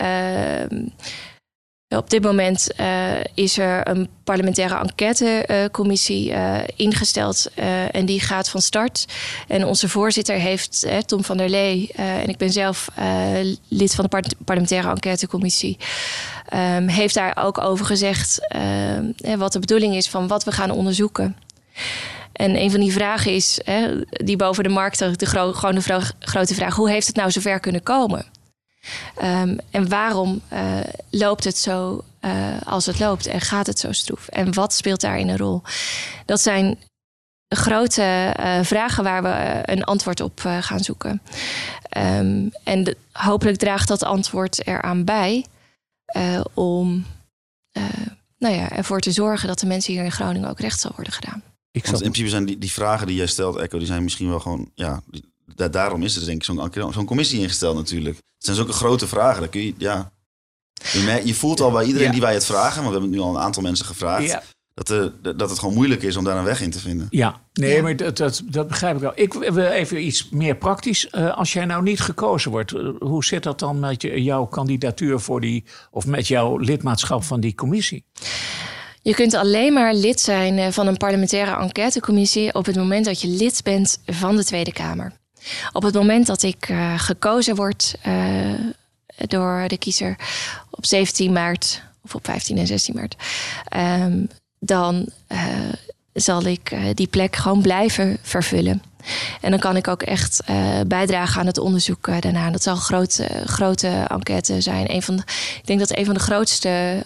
Op dit moment is er een parlementaire enquêtecommissie ingesteld. En die gaat van start. En onze voorzitter heeft, Tom van der Lee, en ik ben zelf lid van de parlementaire enquêtecommissie, heeft daar ook over gezegd wat de bedoeling is van wat we gaan onderzoeken. En een van die vragen is, die boven de markt, grote vraag, hoe heeft het nou zover kunnen komen? En waarom loopt het zo als het loopt en gaat het zo stroef? En wat speelt daarin een rol? Dat zijn grote vragen waar we een antwoord op gaan zoeken. Hopelijk draagt dat antwoord eraan bij om ervoor te zorgen dat de mensen hier in Groningen ook recht zal worden gedaan. Want in principe zijn die vragen die jij stelt, Echo, die zijn misschien wel gewoon... Daarom is er denk ik zo'n commissie ingesteld natuurlijk. Het zijn zulke grote vragen. Dan kun je, je voelt al bij iedereen die wij het vragen, want we hebben nu al een aantal mensen gevraagd, dat het gewoon moeilijk is om daar een weg in te vinden. Ja, maar dat begrijp ik wel. Ik wil even iets meer praktisch. Als jij nou niet gekozen wordt, hoe zit dat dan met jouw kandidatuur of met jouw lidmaatschap van die commissie? Je kunt alleen maar lid zijn van een parlementaire enquêtecommissie op het moment dat je lid bent van de Tweede Kamer. Op het moment dat ik gekozen word door de kiezer op 17 maart of op 15 en 16 maart... dan zal ik die plek gewoon blijven vervullen. En dan kan ik ook echt bijdragen aan het onderzoek daarna. Dat zal een grote enquête zijn. Ik denk dat een van de grootste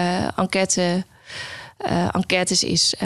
enquêtes is...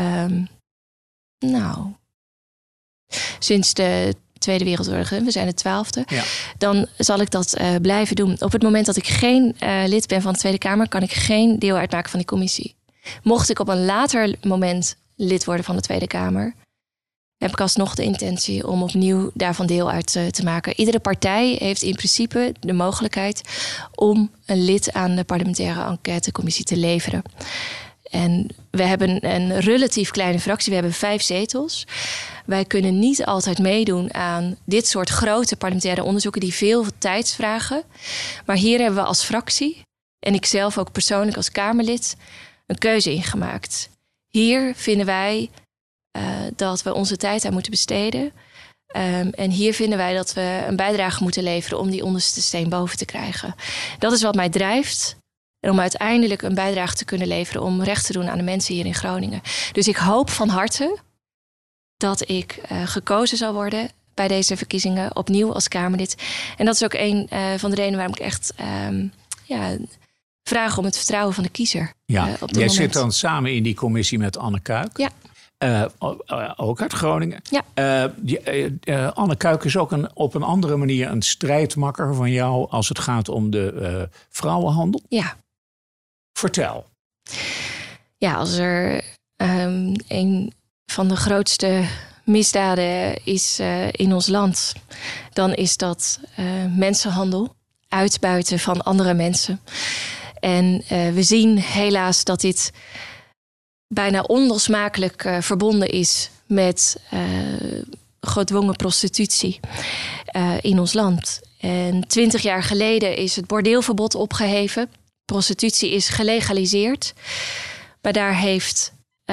sinds de Tweede Wereldoorlog, we zijn de 12e. Ja. Dan zal ik dat blijven doen. Op het moment dat ik geen lid ben van de Tweede Kamer, kan ik geen deel uitmaken van die commissie. Mocht ik op een later moment lid worden van de Tweede Kamer, heb ik alsnog de intentie om opnieuw daarvan deel uit te maken. Iedere partij heeft in principe de mogelijkheid om een lid aan de parlementaire enquêtecommissie te leveren. En we hebben een relatief kleine fractie. We hebben 5 zetels. Wij kunnen niet altijd meedoen aan dit soort grote parlementaire onderzoeken die veel tijd vragen. Maar hier hebben we als fractie, en ik zelf ook persoonlijk als Kamerlid, een keuze ingemaakt. Hier vinden wij dat we onze tijd aan moeten besteden. En hier vinden wij dat we een bijdrage moeten leveren om die onderste steen boven te krijgen. Dat is wat mij drijft. En om uiteindelijk een bijdrage te kunnen leveren om recht te doen aan de mensen hier in Groningen. Dus ik hoop van harte dat ik gekozen zal worden bij deze verkiezingen opnieuw als Kamerlid. En dat is ook een van de redenen waarom ik echt vraag om het vertrouwen van de kiezer. Ja, jij zit dan samen in die commissie met Anne Kuik. Ja. Ook uit Groningen. Ja. Anne Kuik is ook op een andere manier een strijdmakker van jou als het gaat om de vrouwenhandel. Ja. Vertel. Ja, als er een van de grootste misdaden is in ons land, dan is dat mensenhandel, uitbuiten van andere mensen. En we zien helaas dat dit bijna onlosmakelijk verbonden is met gedwongen prostitutie in ons land. En 20 jaar geleden is het bordeelverbod opgeheven. Prostitutie is gelegaliseerd. Maar daar heeft...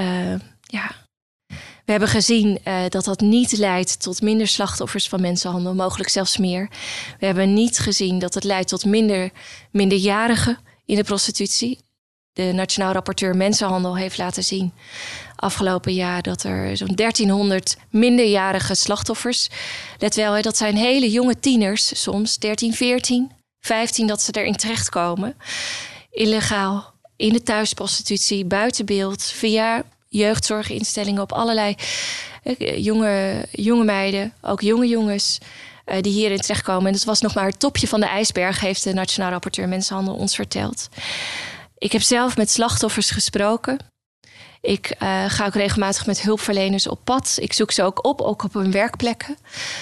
we hebben gezien dat dat niet leidt tot minder slachtoffers van mensenhandel. Mogelijk zelfs meer. We hebben niet gezien dat het leidt tot minderjarigen in de prostitutie. De Nationaal Rapporteur Mensenhandel heeft laten zien afgelopen jaar dat er zo'n 1300 minderjarige slachtoffers. Let wel, dat zijn hele jonge tieners, soms 13, 14, 15 dat ze erin terechtkomen. Illegaal, in de thuisprostitutie, buiten beeld, via jeugdzorginstellingen op allerlei jonge meiden, ook jonge jongens die hierin terechtkomen. En dat was nog maar het topje van de ijsberg, heeft de Nationaal Rapporteur Mensenhandel ons verteld. Ik heb zelf met slachtoffers gesproken. Ik ga ook regelmatig met hulpverleners op pad. Ik zoek ze ook op hun werkplekken.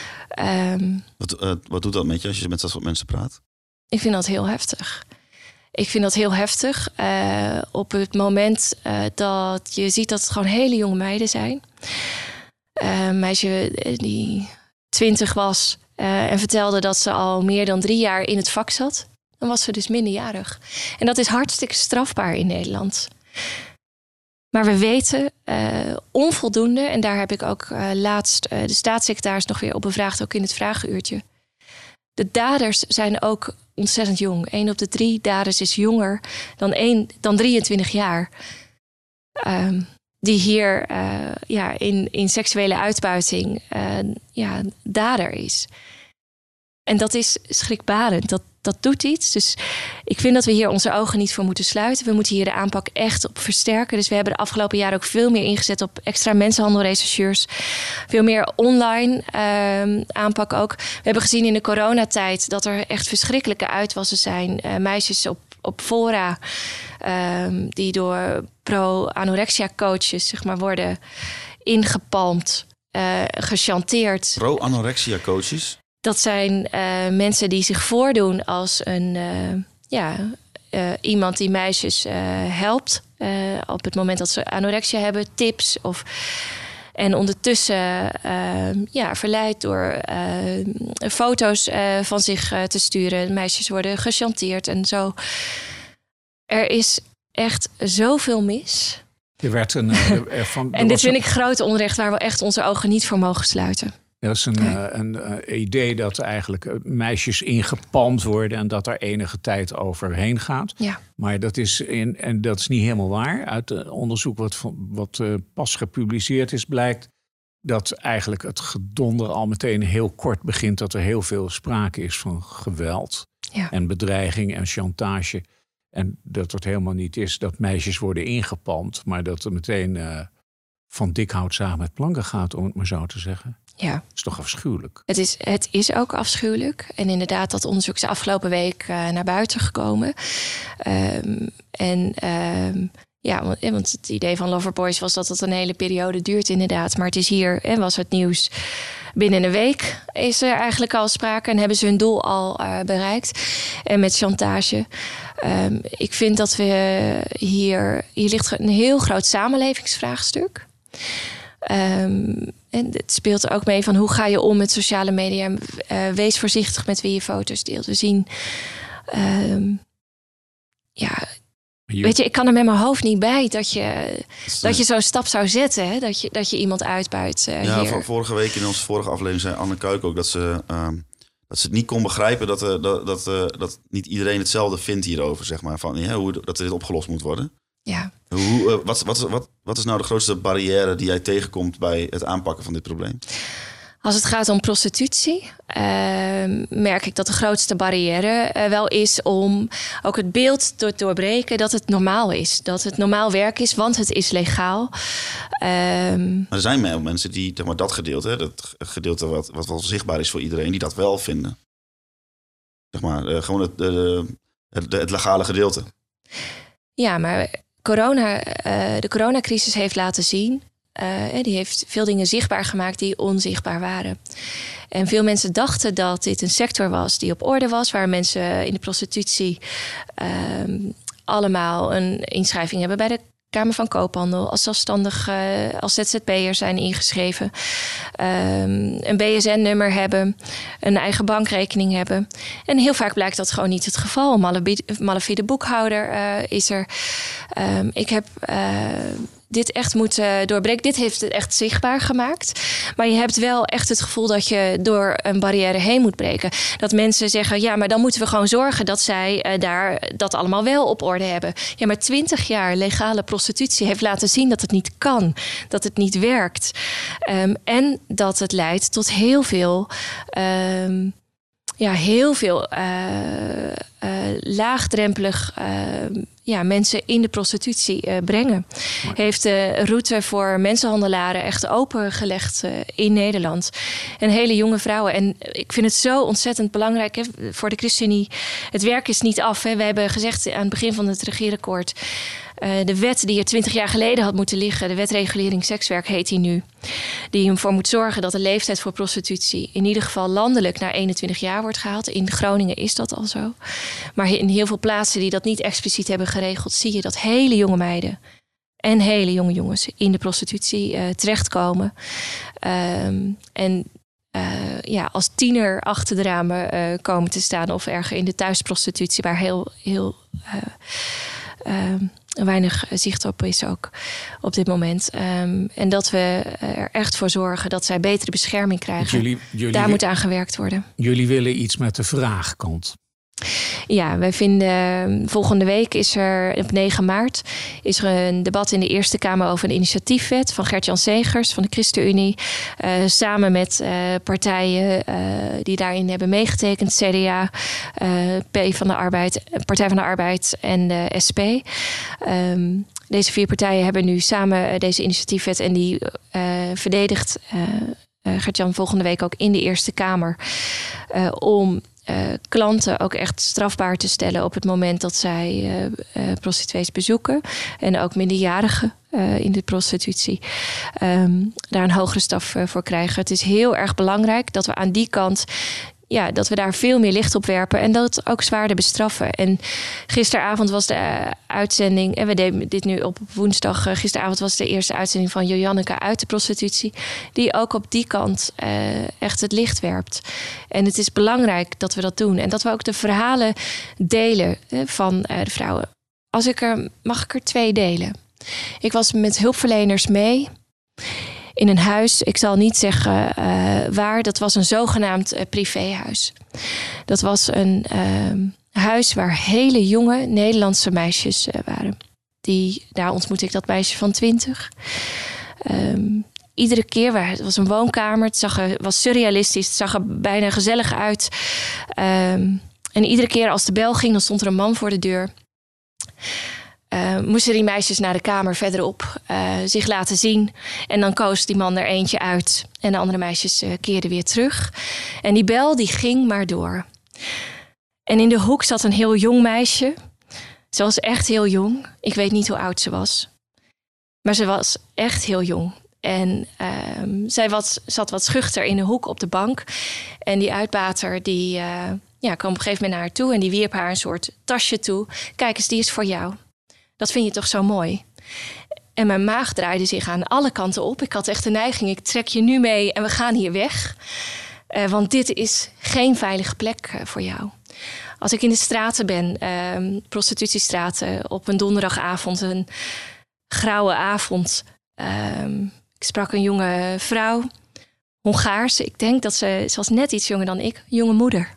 Wat doet dat met je als je met dat soort mensen praat? Ik vind dat heel heftig. Op het moment dat je ziet dat het gewoon hele jonge meiden zijn. Een meisje die 20 was en vertelde dat ze al meer dan 3 jaar in het vak zat. Dan was ze dus minderjarig. En dat is hartstikke strafbaar in Nederland. Maar we weten onvoldoende, en daar heb ik ook laatst de staatssecretaris nog weer op bevraagd, ook in het vragenuurtje. De daders zijn ook ontzettend jong. 1 op de 3 daders is jonger dan 23 jaar. Die hier in seksuele uitbuiting dader is. En dat is schrikbarend. Dat doet iets. Dus ik vind dat we hier onze ogen niet voor moeten sluiten. We moeten hier de aanpak echt op versterken. Dus we hebben de afgelopen jaren ook veel meer ingezet op extra mensenhandelrechercheurs. Veel meer online aanpak ook. We hebben gezien in de coronatijd dat er echt verschrikkelijke uitwassen zijn. Meisjes op fora die door pro-anorexia coaches zeg maar, worden ingepalmd, gechanteerd. Pro-anorexia coaches? Dat zijn mensen die zich voordoen als iemand die meisjes helpt. Op het moment dat ze anorexia hebben, tips. En ondertussen verleid door foto's van zich te sturen. Meisjes worden gechanteerd en zo. Er is echt zoveel mis. Er werd en dit vind ik groot onrecht waar we echt onze ogen niet voor mogen sluiten. Dat is een idee dat eigenlijk meisjes ingepalmd worden en dat daar enige tijd overheen gaat. Ja. Maar dat is niet helemaal waar. Uit onderzoek wat pas gepubliceerd is, blijkt dat eigenlijk het gedonder al meteen heel kort begint. Dat er heel veel sprake is van geweld en bedreiging en chantage. En dat het helemaal niet is dat meisjes worden ingepalmd, maar dat er meteen van dik hout zagen met planken gaat, om het maar zo te zeggen. Ja. Dat is toch afschuwelijk? Het is ook afschuwelijk. En inderdaad, dat onderzoek is afgelopen week naar buiten gekomen. Want het idee van Loverboys was dat het een hele periode duurt inderdaad. Maar het is hier, en was het nieuws, binnen een week is er eigenlijk al sprake en hebben ze hun doel al bereikt. En met chantage. Ik vind dat we hier ligt een heel groot samenlevingsvraagstuk. En het speelt ook mee van hoe ga je om met sociale media. Wees voorzichtig met wie je foto's deelt. We zien... Weet je, ik kan er met mijn hoofd niet bij dat je zo'n stap zou zetten. Hè? Dat je iemand uitbuit hier. Vorige week in onze vorige aflevering zei Anne Kuik ook dat ze het niet kon begrijpen dat niet iedereen hetzelfde vindt hierover. Zeg maar, van, dat dit opgelost moet worden. Ja. Wat is nou de grootste barrière die jij tegenkomt bij het aanpakken van dit probleem? Als het gaat om prostitutie, merk ik dat de grootste barrière wel is om ook het beeld te doorbreken dat het normaal is. Dat het normaal werk is, want het is legaal. Maar er zijn mensen die zeg maar, dat gedeelte wat wel zichtbaar is voor iedereen, die dat wel vinden. Zeg maar, gewoon het legale gedeelte. Ja, maar de coronacrisis heeft laten zien. Die heeft veel dingen zichtbaar gemaakt die onzichtbaar waren. En veel mensen dachten dat dit een sector was die op orde was, waar mensen in de prostitutie allemaal een inschrijving hebben bij de Kamer van Koophandel, als zelfstandig, als ZZP'er zijn ingeschreven, een BSN-nummer hebben, een eigen bankrekening hebben. En heel vaak blijkt dat gewoon niet het geval. Een malafide boekhouder is er. Ik heb dit echt moeten doorbreken. Dit heeft het echt zichtbaar gemaakt. Maar je hebt wel echt het gevoel dat je door een barrière heen moet breken. Dat mensen zeggen, ja, maar dan moeten we gewoon zorgen dat zij daar dat allemaal wel op orde hebben. Ja, maar 20 jaar legale prostitutie heeft laten zien dat het niet kan. Dat het niet werkt. En dat het leidt tot heel veel... laagdrempelig mensen in de prostitutie brengen. Heeft de route voor mensenhandelaren echt opengelegd in Nederland. En hele jonge vrouwen. En ik vind het zo ontzettend belangrijk voor de ChristenUnie. Het werk is niet af. We hebben gezegd aan het begin van het regeerakkoord... de wet die er 20 jaar geleden had moeten liggen... de wet regulering sekswerk heet die nu... die ervoor moet zorgen dat de leeftijd voor prostitutie... in ieder geval landelijk naar 21 jaar wordt gehaald. In Groningen is dat al zo. Maar in heel veel plaatsen die dat niet expliciet hebben geregeld... zie je dat hele jonge meiden en hele jonge jongens... in de prostitutie terechtkomen. Als tiener achter de ramen komen te staan... of erger in de thuisprostitutie... waar heel weinig zicht op is ook op dit moment. En dat we er echt voor zorgen dat zij betere bescherming krijgen. Daar moet aan gewerkt worden. Jullie willen iets met de vraagkant. Ja, wij vinden volgende week op 9 maart... is er een debat in de Eerste Kamer over een initiatiefwet... van Gert-Jan Segers van de ChristenUnie. Samen met partijen die daarin hebben meegetekend. CDA, Partij van de Arbeid en de SP. Deze 4 partijen hebben nu samen deze initiatiefwet... en die verdedigt Gert-Jan volgende week ook in de Eerste Kamer... om klanten ook echt strafbaar te stellen op het moment dat zij prostituees bezoeken. En ook minderjarigen in de prostitutie daar een hogere straf voor krijgen. Het is heel erg belangrijk dat we aan die kant... dat we daar veel meer licht op werpen en dat ook zwaarder bestraffen. En gisteravond was de uitzending... en we deden dit nu op woensdag... gisteravond was de eerste uitzending van Joanneke uit de prostitutie... die ook op die kant echt het licht werpt. En het is belangrijk dat we dat doen. En dat we ook de verhalen delen van de vrouwen. Mag ik er 2 delen? Ik was met hulpverleners mee... in een huis, ik zal niet zeggen waar... dat was een zogenaamd privéhuis. Dat was een huis waar hele jonge Nederlandse meisjes waren. Daar ontmoette ik dat meisje van 20. Iedere keer, het was een woonkamer, was surrealistisch... het zag er bijna gezellig uit. En iedere keer als de bel ging, dan stond er een man voor de deur... moesten die meisjes naar de kamer verderop zich laten zien. En dan koos die man er eentje uit. En de andere meisjes keerden weer terug. En die bel die ging maar door. En in de hoek zat een heel jong meisje. Ze was echt heel jong. Ik weet niet hoe oud ze was. Maar ze was echt heel jong. En zij zat wat schuchter in de hoek op de bank. En die uitbater die kwam op een gegeven moment naar haar toe... en die wierp haar een soort tasje toe. Kijk eens, die is voor jou. Dat vind je toch zo mooi? En mijn maag draaide zich aan alle kanten op. Ik had echt de neiging, ik trek je nu mee en we gaan hier weg. Want dit is geen veilige plek voor jou. Als ik in de straten ben, prostitutiestraten... op een donderdagavond, een grauwe avond... ik sprak een jonge vrouw, Hongaars. Ik denk dat ze was net iets jonger dan ik, jonge moeder.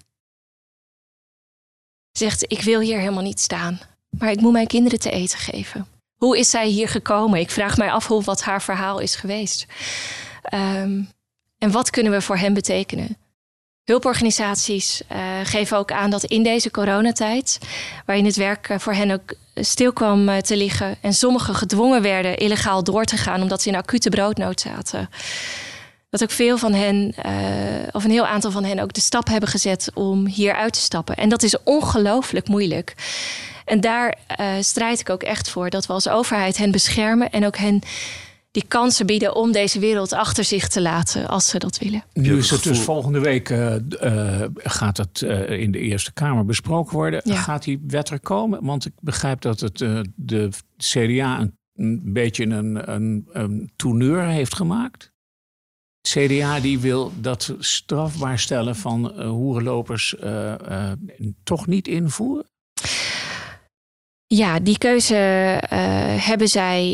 Zegt, ik wil hier helemaal niet staan... maar ik moet mijn kinderen te eten geven. Hoe is zij hier gekomen? Ik vraag mij af wat haar verhaal is geweest. En wat kunnen we voor hen betekenen? Hulporganisaties geven ook aan dat in deze coronatijd... waarin het werk voor hen ook stil kwam te liggen... en sommigen gedwongen werden illegaal door te gaan... omdat ze in acute broodnood zaten... dat ook veel van hen, of een heel aantal van hen... ook de stap hebben gezet om hier uit te stappen. En dat is ongelooflijk moeilijk... En daar strijd ik ook echt voor. Dat we als overheid hen beschermen. En ook hen die kansen bieden om deze wereld achter zich te laten. Als ze dat willen. Nu is het dus volgende week gaat het in de Eerste Kamer besproken worden. Ja. Gaat die wet er komen? Want ik begrijp dat het de CDA een beetje een tourneur heeft gemaakt. Het CDA die wil dat strafbaar stellen van hoerenlopers toch niet invoeren. Ja, die keuze hebben zij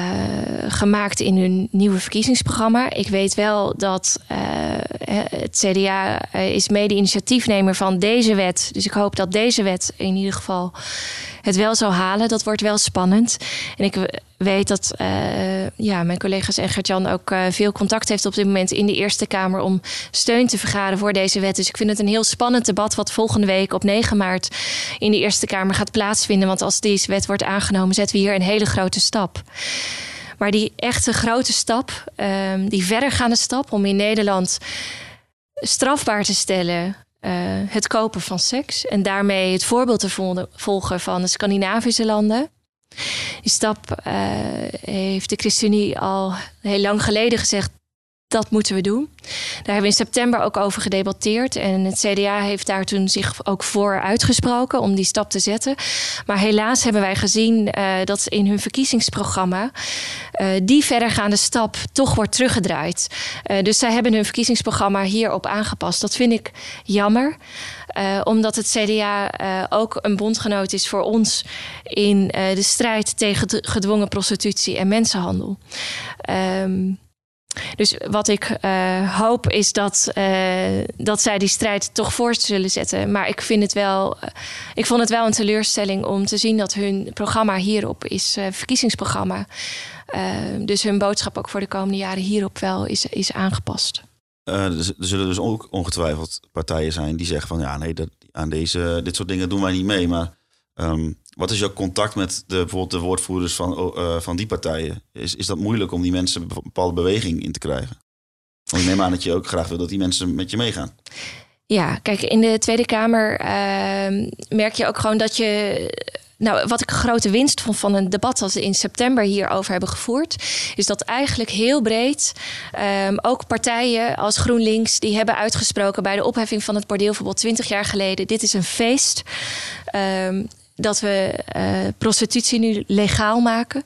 gemaakt in hun nieuwe verkiezingsprogramma. Ik weet wel dat het CDA is mede-initiatiefnemer van deze wet. Dus ik hoop dat deze wet in ieder geval het wel zal halen. Dat wordt wel spannend. En ik weet dat mijn collega's en Gert-Jan ook veel contact heeft op dit moment in de Eerste Kamer om steun te vergaren voor deze wet. Dus ik vind het een heel spannend debat wat volgende week op 9 maart in de Eerste Kamer gaat plaatsvinden. Want als deze wet wordt aangenomen, zetten we hier een hele grote stap. Maar die echte grote stap, die verdergaande stap om in Nederland strafbaar te stellen het kopen van seks en daarmee het voorbeeld te volgen van de Scandinavische landen. Die stap heeft de ChristenUnie al heel lang geleden gezegd, dat moeten we doen. Daar hebben we in september ook over gedebatteerd. En het CDA heeft daar toen zich ook voor uitgesproken om die stap te zetten. Maar helaas hebben wij gezien dat in hun verkiezingsprogramma die verdergaande stap toch wordt teruggedraaid. Dus zij hebben hun verkiezingsprogramma hierop aangepast. Dat vind ik jammer. Omdat het CDA ook een bondgenoot is voor ons in de strijd tegen gedwongen prostitutie en mensenhandel. Dus wat ik hoop is dat zij die strijd toch voort zullen zetten. Maar ik vond het wel een teleurstelling om te zien dat hun programma hierop is, verkiezingsprogramma. Dus hun boodschap ook voor de komende jaren hierop wel is aangepast. Er zullen dus ook ongetwijfeld partijen zijn die zeggen van ja, nee, dit soort dingen doen wij niet mee. Maar wat is jouw contact met bijvoorbeeld de woordvoerders van die partijen? Is dat moeilijk om die mensen een bepaalde beweging in te krijgen? Want ik neem aan dat je ook graag wil dat die mensen met je meegaan. Ja, kijk, in de Tweede Kamer merk je ook gewoon dat je... Nou, wat ik een grote winst vond van een debat dat we in september hierover hebben gevoerd, is dat eigenlijk heel breed ook partijen als GroenLinks die hebben uitgesproken bij de opheffing van het bordeelverbod 20 jaar geleden. Dit is een feest. Dat we prostitutie nu legaal maken.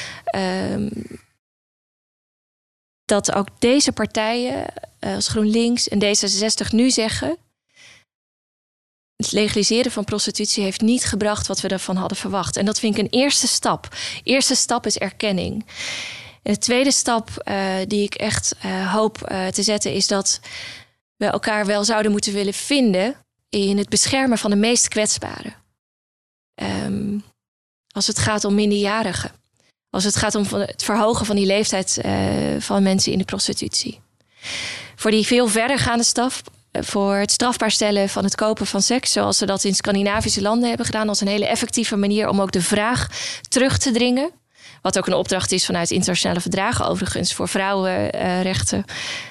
Dat ook deze partijen als GroenLinks en D66 nu zeggen, het legaliseren van prostitutie heeft niet gebracht wat we ervan hadden verwacht. En dat vind ik een eerste stap. Eerste stap is erkenning. En de tweede stap die ik echt hoop te zetten is dat we elkaar wel zouden moeten willen vinden in het beschermen van de meest kwetsbaren. Als het gaat om minderjarigen. Als het gaat om het verhogen van die leeftijd van mensen in de prostitutie. Voor die veel verdergaande stap, voor het strafbaar stellen van het kopen van seks, zoals ze dat in Scandinavische landen hebben gedaan, als een hele effectieve manier om ook de vraag terug te dringen. Wat ook een opdracht is vanuit internationale verdragen, overigens, voor vrouwenrechten.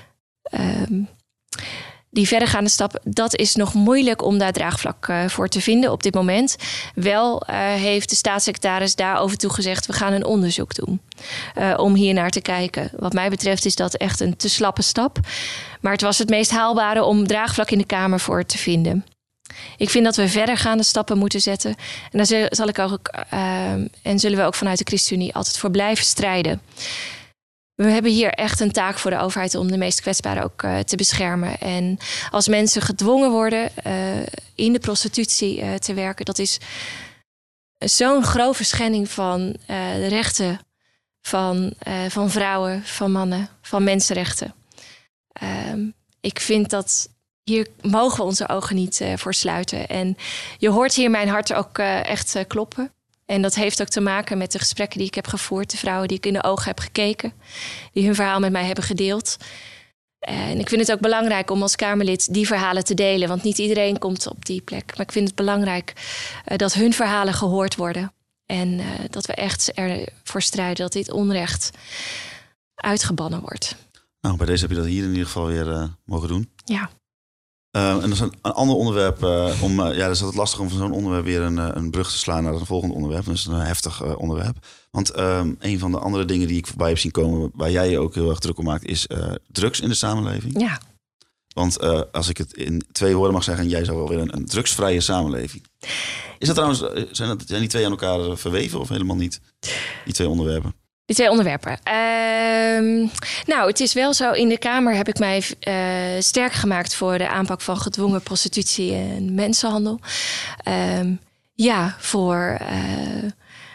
Die verdergaande stap, dat is nog moeilijk om daar draagvlak voor te vinden op dit moment. Wel heeft de staatssecretaris daarover toegezegd, we gaan een onderzoek doen om hier naar te kijken. Wat mij betreft is dat echt een te slappe stap. Maar het was het meest haalbare om draagvlak in de Kamer voor te vinden. Ik vind dat we verdergaande stappen moeten zetten. En daar zal ik ook en zullen we ook vanuit de ChristenUnie altijd voor blijven strijden. We hebben hier echt een taak voor de overheid om de meest kwetsbaren ook te beschermen. En als mensen gedwongen worden in de prostitutie te werken, dat is zo'n grove schending van de rechten van vrouwen, van mannen, van mensenrechten. Ik vind dat hier mogen we onze ogen niet voor sluiten. En je hoort hier mijn hart ook echt kloppen. En dat heeft ook te maken met de gesprekken die ik heb gevoerd. De vrouwen die ik in de ogen heb gekeken. Die hun verhaal met mij hebben gedeeld. En ik vind het ook belangrijk om als Kamerlid die verhalen te delen. Want niet iedereen komt op die plek. Maar ik vind het belangrijk dat hun verhalen gehoord worden. En dat we echt ervoor strijden dat dit onrecht uitgebannen wordt. Nou, bij deze heb je dat hier in ieder geval weer mogen doen. Ja. En dat is een ander onderwerp. Dat is altijd lastig om van zo'n onderwerp weer een brug te slaan naar een volgende onderwerp. Dat is een heftig onderwerp. Want een van de andere dingen die ik voorbij heb zien komen, waar jij je ook heel erg druk om maakt, is drugs in de samenleving. Ja. Want als ik het in 2 woorden mag zeggen, jij zou wel weer een drugsvrije samenleving. Is dat trouwens, zijn die 2 aan elkaar verweven of helemaal niet? Die 2 onderwerpen. Die 2 onderwerpen. Nou, het is wel zo. In de Kamer heb ik mij sterk gemaakt voor de aanpak van gedwongen prostitutie en mensenhandel. Voor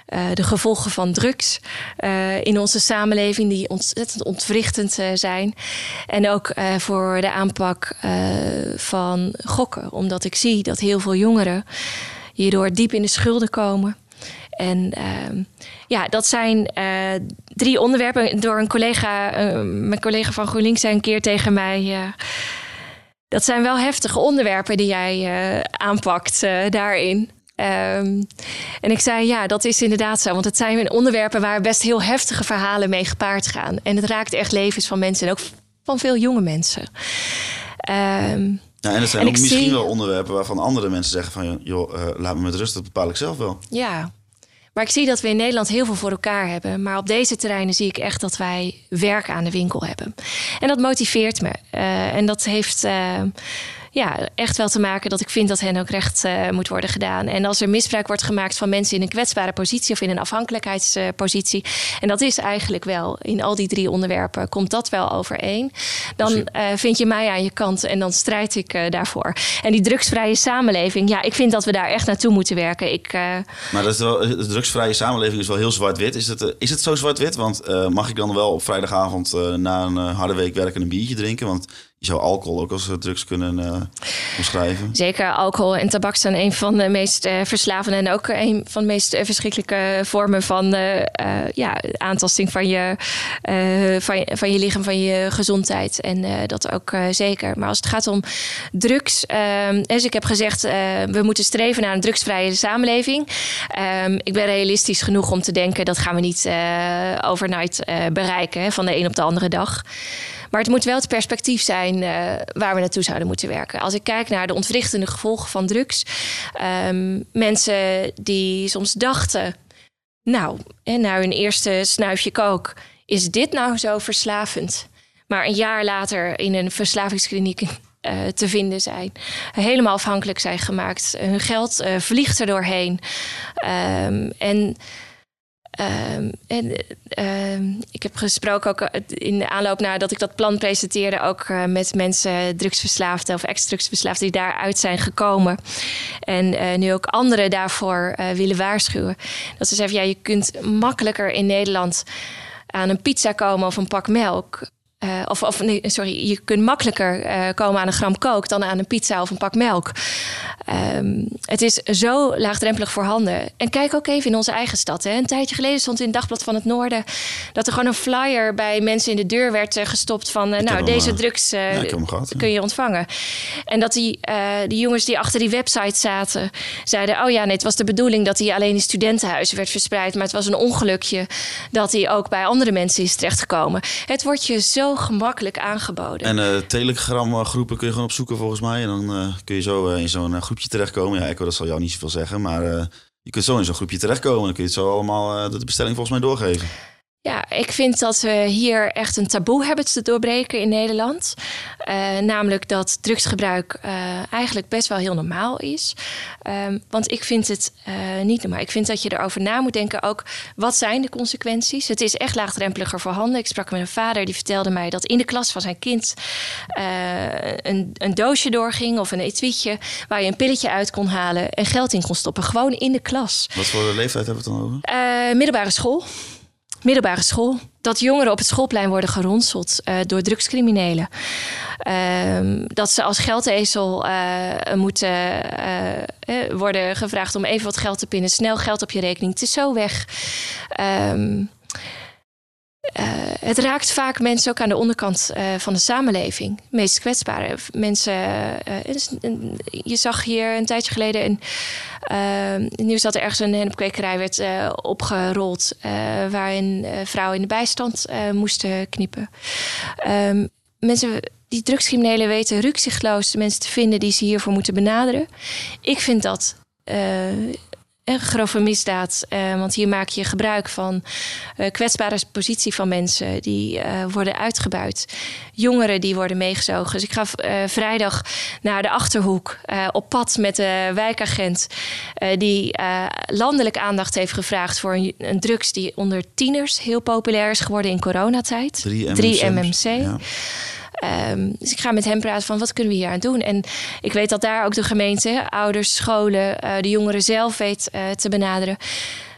de gevolgen van drugs in onze samenleving, die ontzettend ontwrichtend zijn. En ook voor de aanpak van gokken. Omdat ik zie dat heel veel jongeren hierdoor diep in de schulden komen. En dat zijn 3 onderwerpen. Door een collega, mijn collega van GroenLinks zei een keer tegen mij... dat zijn wel heftige onderwerpen die jij aanpakt daarin. En ik zei, ja, dat is inderdaad zo. Want het zijn onderwerpen waar best heel heftige verhalen mee gepaard gaan. En het raakt echt levens van mensen en ook van veel jonge mensen. En er zijn ook misschien wel onderwerpen waarvan andere mensen zeggen van... laat me met rust, dat bepaal ik zelf wel. Ja, maar ik zie dat we in Nederland heel veel voor elkaar hebben. Maar op deze terreinen zie ik echt dat wij werk aan de winkel hebben. En dat motiveert me. En dat heeft... echt wel te maken dat ik vind dat hen ook recht moet worden gedaan. En als er misbruik wordt gemaakt van mensen in een kwetsbare positie of in een afhankelijkheidspositie, en dat is eigenlijk wel in al die 3 onderwerpen, komt dat wel overeen, dan vind je mij aan je kant en dan strijd ik daarvoor. En die drugsvrije samenleving, ik vind dat we daar echt naartoe moeten werken. Maar dat is wel, de drugsvrije samenleving is wel heel zwart-wit. Is het zo zwart-wit? Want mag ik dan wel op vrijdagavond na een harde week werken een biertje drinken? Want je zou alcohol ook als drugs kunnen omschrijven. Zeker, alcohol en tabak zijn een van de meest verslavende en ook een van de meest verschrikkelijke vormen van aantasting van je lichaam, van je gezondheid. En dat ook zeker. Maar als het gaat om drugs, dus ik heb gezegd, we moeten streven naar een drugsvrije samenleving. Ik ben realistisch genoeg om te denken, dat gaan we niet overnight bereiken, van de een op de andere dag. Maar het moet wel het perspectief zijn waar we naartoe zouden moeten werken. Als ik kijk naar de ontwrichtende gevolgen van drugs. Mensen die soms dachten, na hun eerste snuifje kook, is dit nou zo verslavend? Maar een jaar later in een verslavingskliniek te vinden zijn. Helemaal afhankelijk zijn gemaakt. Hun geld vliegt er doorheen. Ik heb gesproken ook in de aanloop nadat ik dat plan presenteerde, ook met mensen drugsverslaafden of ex-drugsverslaafden die daaruit zijn gekomen. En nu ook anderen daarvoor willen waarschuwen. Dat ze zeggen, je kunt makkelijker in Nederland aan een pizza komen of een pak melk. Je kunt makkelijker komen aan een gram coke dan aan een pizza of een pak melk. Het is zo laagdrempelig voorhanden. En kijk ook even in onze eigen stad. Hè. Een tijdje geleden stond in het Dagblad van het Noorden dat er gewoon een flyer bij mensen in de deur werd gestopt van deze drugs kun je ontvangen. En dat die jongens die achter die website zaten zeiden, het was de bedoeling dat hij alleen in studentenhuizen werd verspreid, maar het was een ongelukje dat hij ook bij andere mensen is terechtgekomen. Het wordt je zo gemakkelijk aangeboden. En Telegram groepen kun je gewoon opzoeken volgens mij. En dan kun je zo in zo'n groepje terechtkomen. Ja, Echo, dat zal jou niet zoveel zeggen. Maar je kunt zo in zo'n groepje terechtkomen. Dan kun je het zo allemaal de bestelling volgens mij doorgeven. Ja, ik vind dat we hier echt een taboe hebben te doorbreken in Nederland. Namelijk dat drugsgebruik eigenlijk best wel heel normaal is. Want ik vind het niet normaal. Ik vind dat je erover na moet denken ook, wat zijn de consequenties? Het is echt laagdrempeliger voorhanden. Ik sprak met een vader die vertelde mij dat in de klas van zijn kind een doosje doorging of een etuietje waar je een pilletje uit kon halen en geld in kon stoppen. Gewoon in de klas. Wat voor leeftijd hebben we het dan over? Middelbare school. Dat jongeren op het schoolplein worden geronseld door drugscriminelen. Dat ze als geldezel moeten worden gevraagd om even wat geld te pinnen. Snel geld op je rekening. Het is zo weg. Het raakt vaak mensen ook aan de onderkant van de samenleving. De meest kwetsbare mensen. Je zag hier een tijdje geleden het nieuws dat er ergens een hennepkwekerij werd opgerold, waarin vrouwen in de bijstand moesten knippen. Die drugscriminelen weten rukzichtloos de mensen te vinden die ze hiervoor moeten benaderen. Ik vind dat een grove misdaad, want hier maak je gebruik van kwetsbare positie van mensen die worden uitgebuit. Jongeren die worden meegezogen. Dus ik ga vrijdag naar de Achterhoek op pad met de wijkagent die landelijk aandacht heeft gevraagd voor een drugs die onder tieners heel populair is geworden in coronatijd. 3-MMC. Ja. Dus ik ga met hem praten van wat kunnen we hier aan doen. En ik weet dat daar ook de gemeente, ouders, scholen, de jongeren zelf weet te benaderen.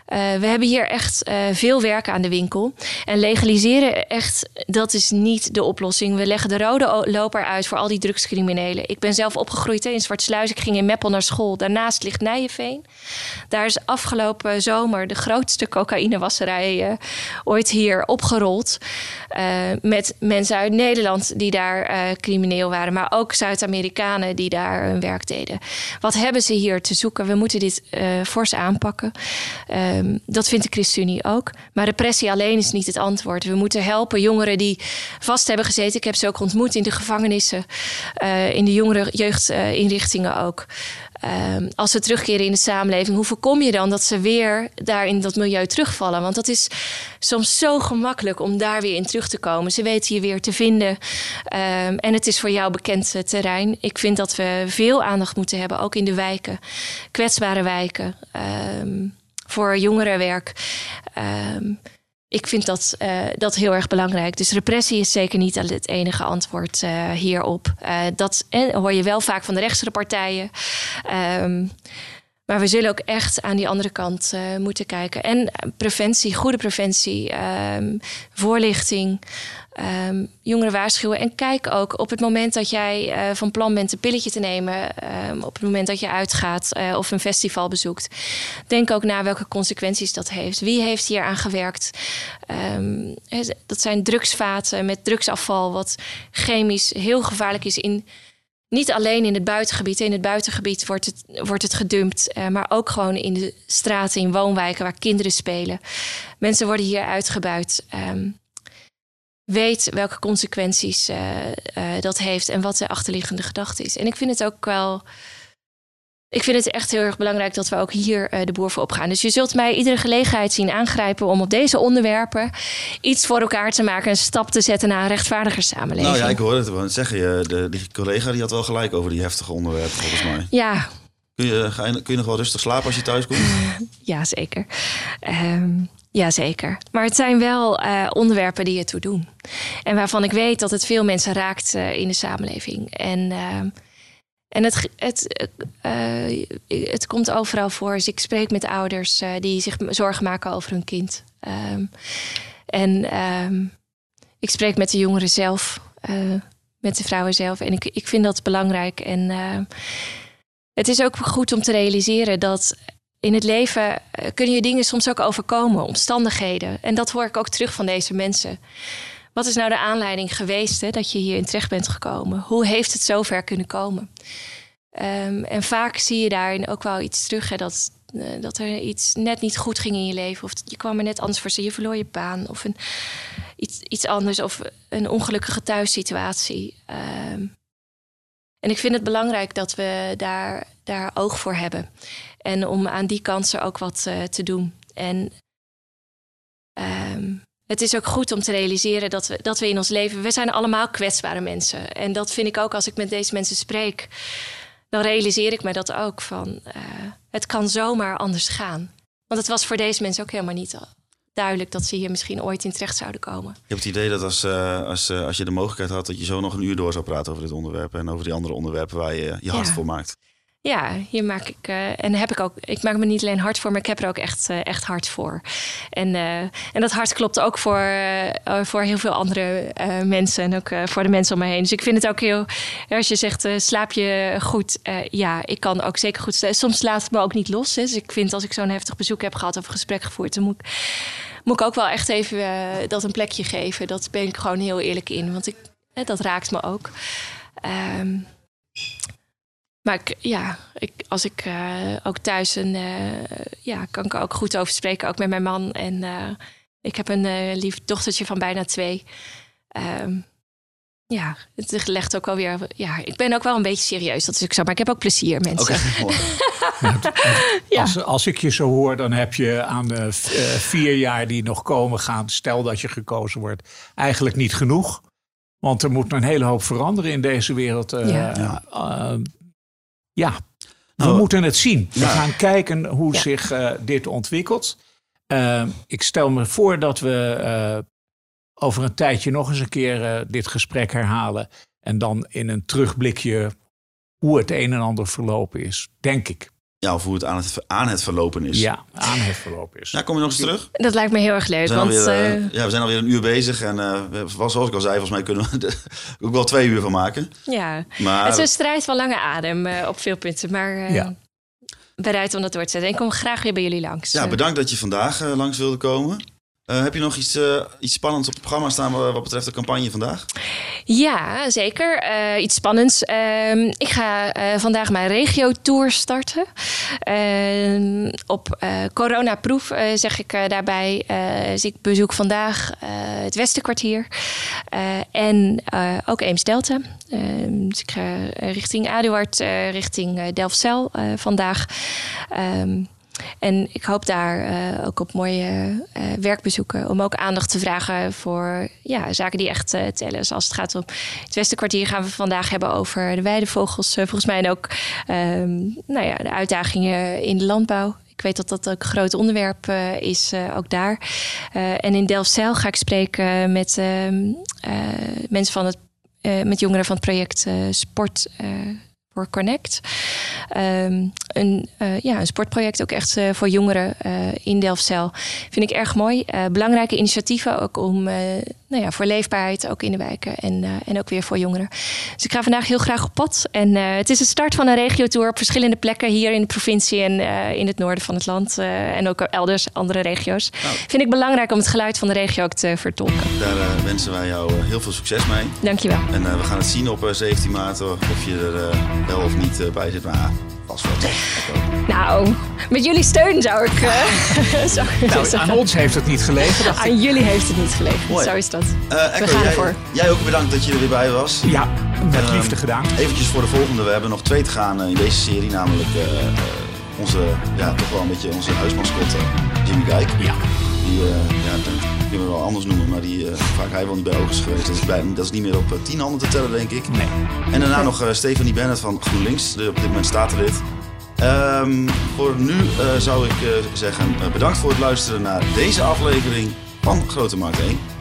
We hebben hier echt veel werk aan de winkel. En legaliseren echt, dat is niet de oplossing. We leggen de rode loper uit voor al die drugscriminelen. Ik ben zelf opgegroeid in Zwartsluis. Ik ging in Meppel naar school. Daarnaast ligt Nijenveen. Daar is afgelopen zomer de grootste cocaïnewasserij ooit hier opgerold. Met mensen uit Nederland die daar crimineel waren. Maar ook Zuid-Amerikanen die daar hun werk deden. Wat hebben ze hier te zoeken? We moeten dit fors aanpakken. Dat vindt de ChristenUnie ook. Maar repressie alleen is niet het antwoord. We moeten helpen jongeren die vast hebben gezeten. Ik heb ze ook ontmoet in de gevangenissen. In de jongere jeugdinrichtingen ook. Als ze terugkeren in de samenleving, hoe voorkom je dan dat ze weer daar in dat milieu terugvallen? Want dat is soms zo gemakkelijk om daar weer in terug te komen. Ze weten je weer te vinden. En het is voor jou bekend terrein. Ik vind dat we veel aandacht moeten hebben, ook in de wijken. Kwetsbare wijken. Voor jongerenwerk. Ik vind dat heel erg belangrijk. Dus repressie is zeker niet het enige antwoord hierop. Dat hoor je wel vaak van de rechtse partijen. Maar we zullen ook echt aan die andere kant moeten kijken. En preventie, goede preventie, voorlichting, jongeren waarschuwen. En kijk ook op het moment dat jij van plan bent een pilletje te nemen, op het moment dat je uitgaat of een festival bezoekt. Denk ook na welke consequenties dat heeft. Wie heeft hier aan gewerkt? Dat zijn drugsvaten met drugsafval, wat chemisch heel gevaarlijk is niet alleen in het buitengebied. In het buitengebied wordt het gedumpt. Maar ook gewoon in de straten, in woonwijken waar kinderen spelen. Mensen worden hier uitgebuit. Weet welke consequenties dat heeft en wat de achterliggende gedachte is. En ik vind het ook wel. Ik vind het echt heel erg belangrijk dat we ook hier de boer voor opgaan. Dus je zult mij iedere gelegenheid zien aangrijpen om op deze onderwerpen iets voor elkaar te maken. Een stap te zetten naar een rechtvaardiger samenleving. Nou ja, ik hoorde het wel zeggen. Die collega die had wel gelijk over die heftige onderwerpen, volgens mij. Ja. Kun je nog wel rustig slapen als je thuis komt? Ja, zeker. Ja, zeker. Maar het zijn wel onderwerpen die ertoe doen. En waarvan ik weet dat het veel mensen raakt in de samenleving. En het komt overal voor. Dus ik spreek met ouders die zich zorgen maken over hun kind. Ik spreek met de jongeren zelf, met de vrouwen zelf. En ik vind dat belangrijk. En het is ook goed om te realiseren dat in het leven kunnen je dingen soms ook overkomen, omstandigheden. En dat hoor ik ook terug van deze mensen. Wat is nou de aanleiding geweest dat je hierin terecht bent gekomen? Hoe heeft het zover kunnen komen? En vaak zie je daarin ook wel iets terug. Hè, dat er iets net niet goed ging in je leven. Of je kwam er net anders voor. Je verloor je baan. Of iets anders. Of een ongelukkige thuissituatie. En ik vind het belangrijk dat we daar oog voor hebben. En om aan die kansen ook wat te doen. En het is ook goed om te realiseren dat we in ons leven. We zijn allemaal kwetsbare mensen. En dat vind ik ook als ik met deze mensen spreek. Dan realiseer ik me dat ook van. Het kan zomaar anders gaan. Want het was voor deze mensen ook helemaal niet duidelijk dat ze hier misschien ooit in terecht zouden komen. Je hebt het idee dat als je de mogelijkheid had, dat je zo nog een uur door zou praten over dit onderwerp en over die andere onderwerpen waar je je hart voor maakt. Ja, hier maak ik en heb ik ook. Ik maak me niet alleen hard voor, maar ik heb er ook echt hard voor. En dat hart klopt ook voor heel veel andere mensen en ook voor de mensen om me heen. Dus ik vind het ook heel. Als je zegt, slaap je goed? Ja, ik kan ook zeker goed slapen. Soms slaat het me ook niet los. Hè. Dus ik vind als ik zo'n heftig bezoek heb gehad of een gesprek gevoerd, dan moet ik ook wel echt even dat een plekje geven. Dat ben ik gewoon heel eerlijk in, want dat raakt me ook. Maar als ik ook thuis kan ik er ook goed over spreken, ook met mijn man. En ik heb een lief dochtertje van bijna 2. Het legt ook wel weer. Ja, ik ben ook wel een beetje serieus, dat is ook zo. Maar ik heb ook plezier, mensen. Okay. Als ik je zo hoor, dan heb je aan de 4 jaar die nog komen gaan, stel dat je gekozen wordt, eigenlijk niet genoeg. Want er moet een hele hoop veranderen in deze wereld. We moeten het zien. We gaan kijken hoe zich dit ontwikkelt. Ik stel me voor dat we over een tijdje nog eens een keer dit gesprek herhalen. En dan in een terugblikje hoe het een en ander verlopen is, denk ik. of hoe het aan het verlopen is. Ja, aan het verlopen is. Ja, kom je nog eens terug? Dat lijkt me heel erg leuk. We zijn alweer een uur bezig. En zoals ik al zei, volgens mij kunnen we er ook wel 2 uur van maken. Ja, maar het is een strijd van lange adem op veel punten. Maar bereid om dat door te zetten. En ik kom graag weer bij jullie langs. Ja, bedankt dat je vandaag langs wilde komen. Heb je nog iets spannends op het programma staan wat betreft de campagne vandaag? Ja, zeker. Iets spannends. Ik ga vandaag mijn regio-tour starten. Op coronaproef zeg ik daarbij. Dus ik bezoek vandaag het Westerkwartier. En ook Eems-Delta. Dus ik ga richting Aduard, richting Delfzijl vandaag. En ik hoop daar ook op mooie werkbezoeken om ook aandacht te vragen voor zaken die echt tellen. Dus als het gaat om het Westerkwartier gaan we vandaag hebben over de weidevogels. Volgens mij en ook de uitdagingen in de landbouw. Ik weet dat dat ook een groot onderwerp is, ook daar. En in Delfzijl ga ik spreken met mensen met jongeren van het project Sport voor Connect. Een sportproject ook echt voor jongeren in Delfzijl. Vind ik erg mooi. Belangrijke initiatieven ook om voor leefbaarheid ook in de wijken en ook weer voor jongeren. Dus ik ga vandaag heel graag op pad. En het is de start van een regiotour op verschillende plekken hier in de provincie en in het noorden van het land. En ook elders, andere regio's. Vind ik belangrijk om het geluid van de regio ook te vertolken. Daar wensen wij jou heel veel succes mee. Dankjewel. En we gaan het zien op 17 maart of je er wel of niet bij zit. Maar vast wel toch. Nou, met jullie steun zou ik aan ons heeft het niet gelegen. Aan jullie heeft het niet gelegen. Mooi. Zo is dat. We gaan ervoor. Jij ook bedankt dat je er weer bij was. Ja, met liefde gedaan. Eventjes voor de volgende. We hebben nog 2 te gaan in deze serie. Namelijk toch wel een beetje onze huismascotte Jimmy Dijk. Ja. Die kunnen we wel anders noemen, maar die vaak hij wel niet bij ogen is geweest. Dat is niet meer op 10 handen te tellen, denk ik. Nee. En daarna nog Stefanie Bennett van GroenLinks, op dit moment statenlid. Voor nu zou ik zeggen bedankt voor het luisteren naar deze aflevering van Grote Markt 1.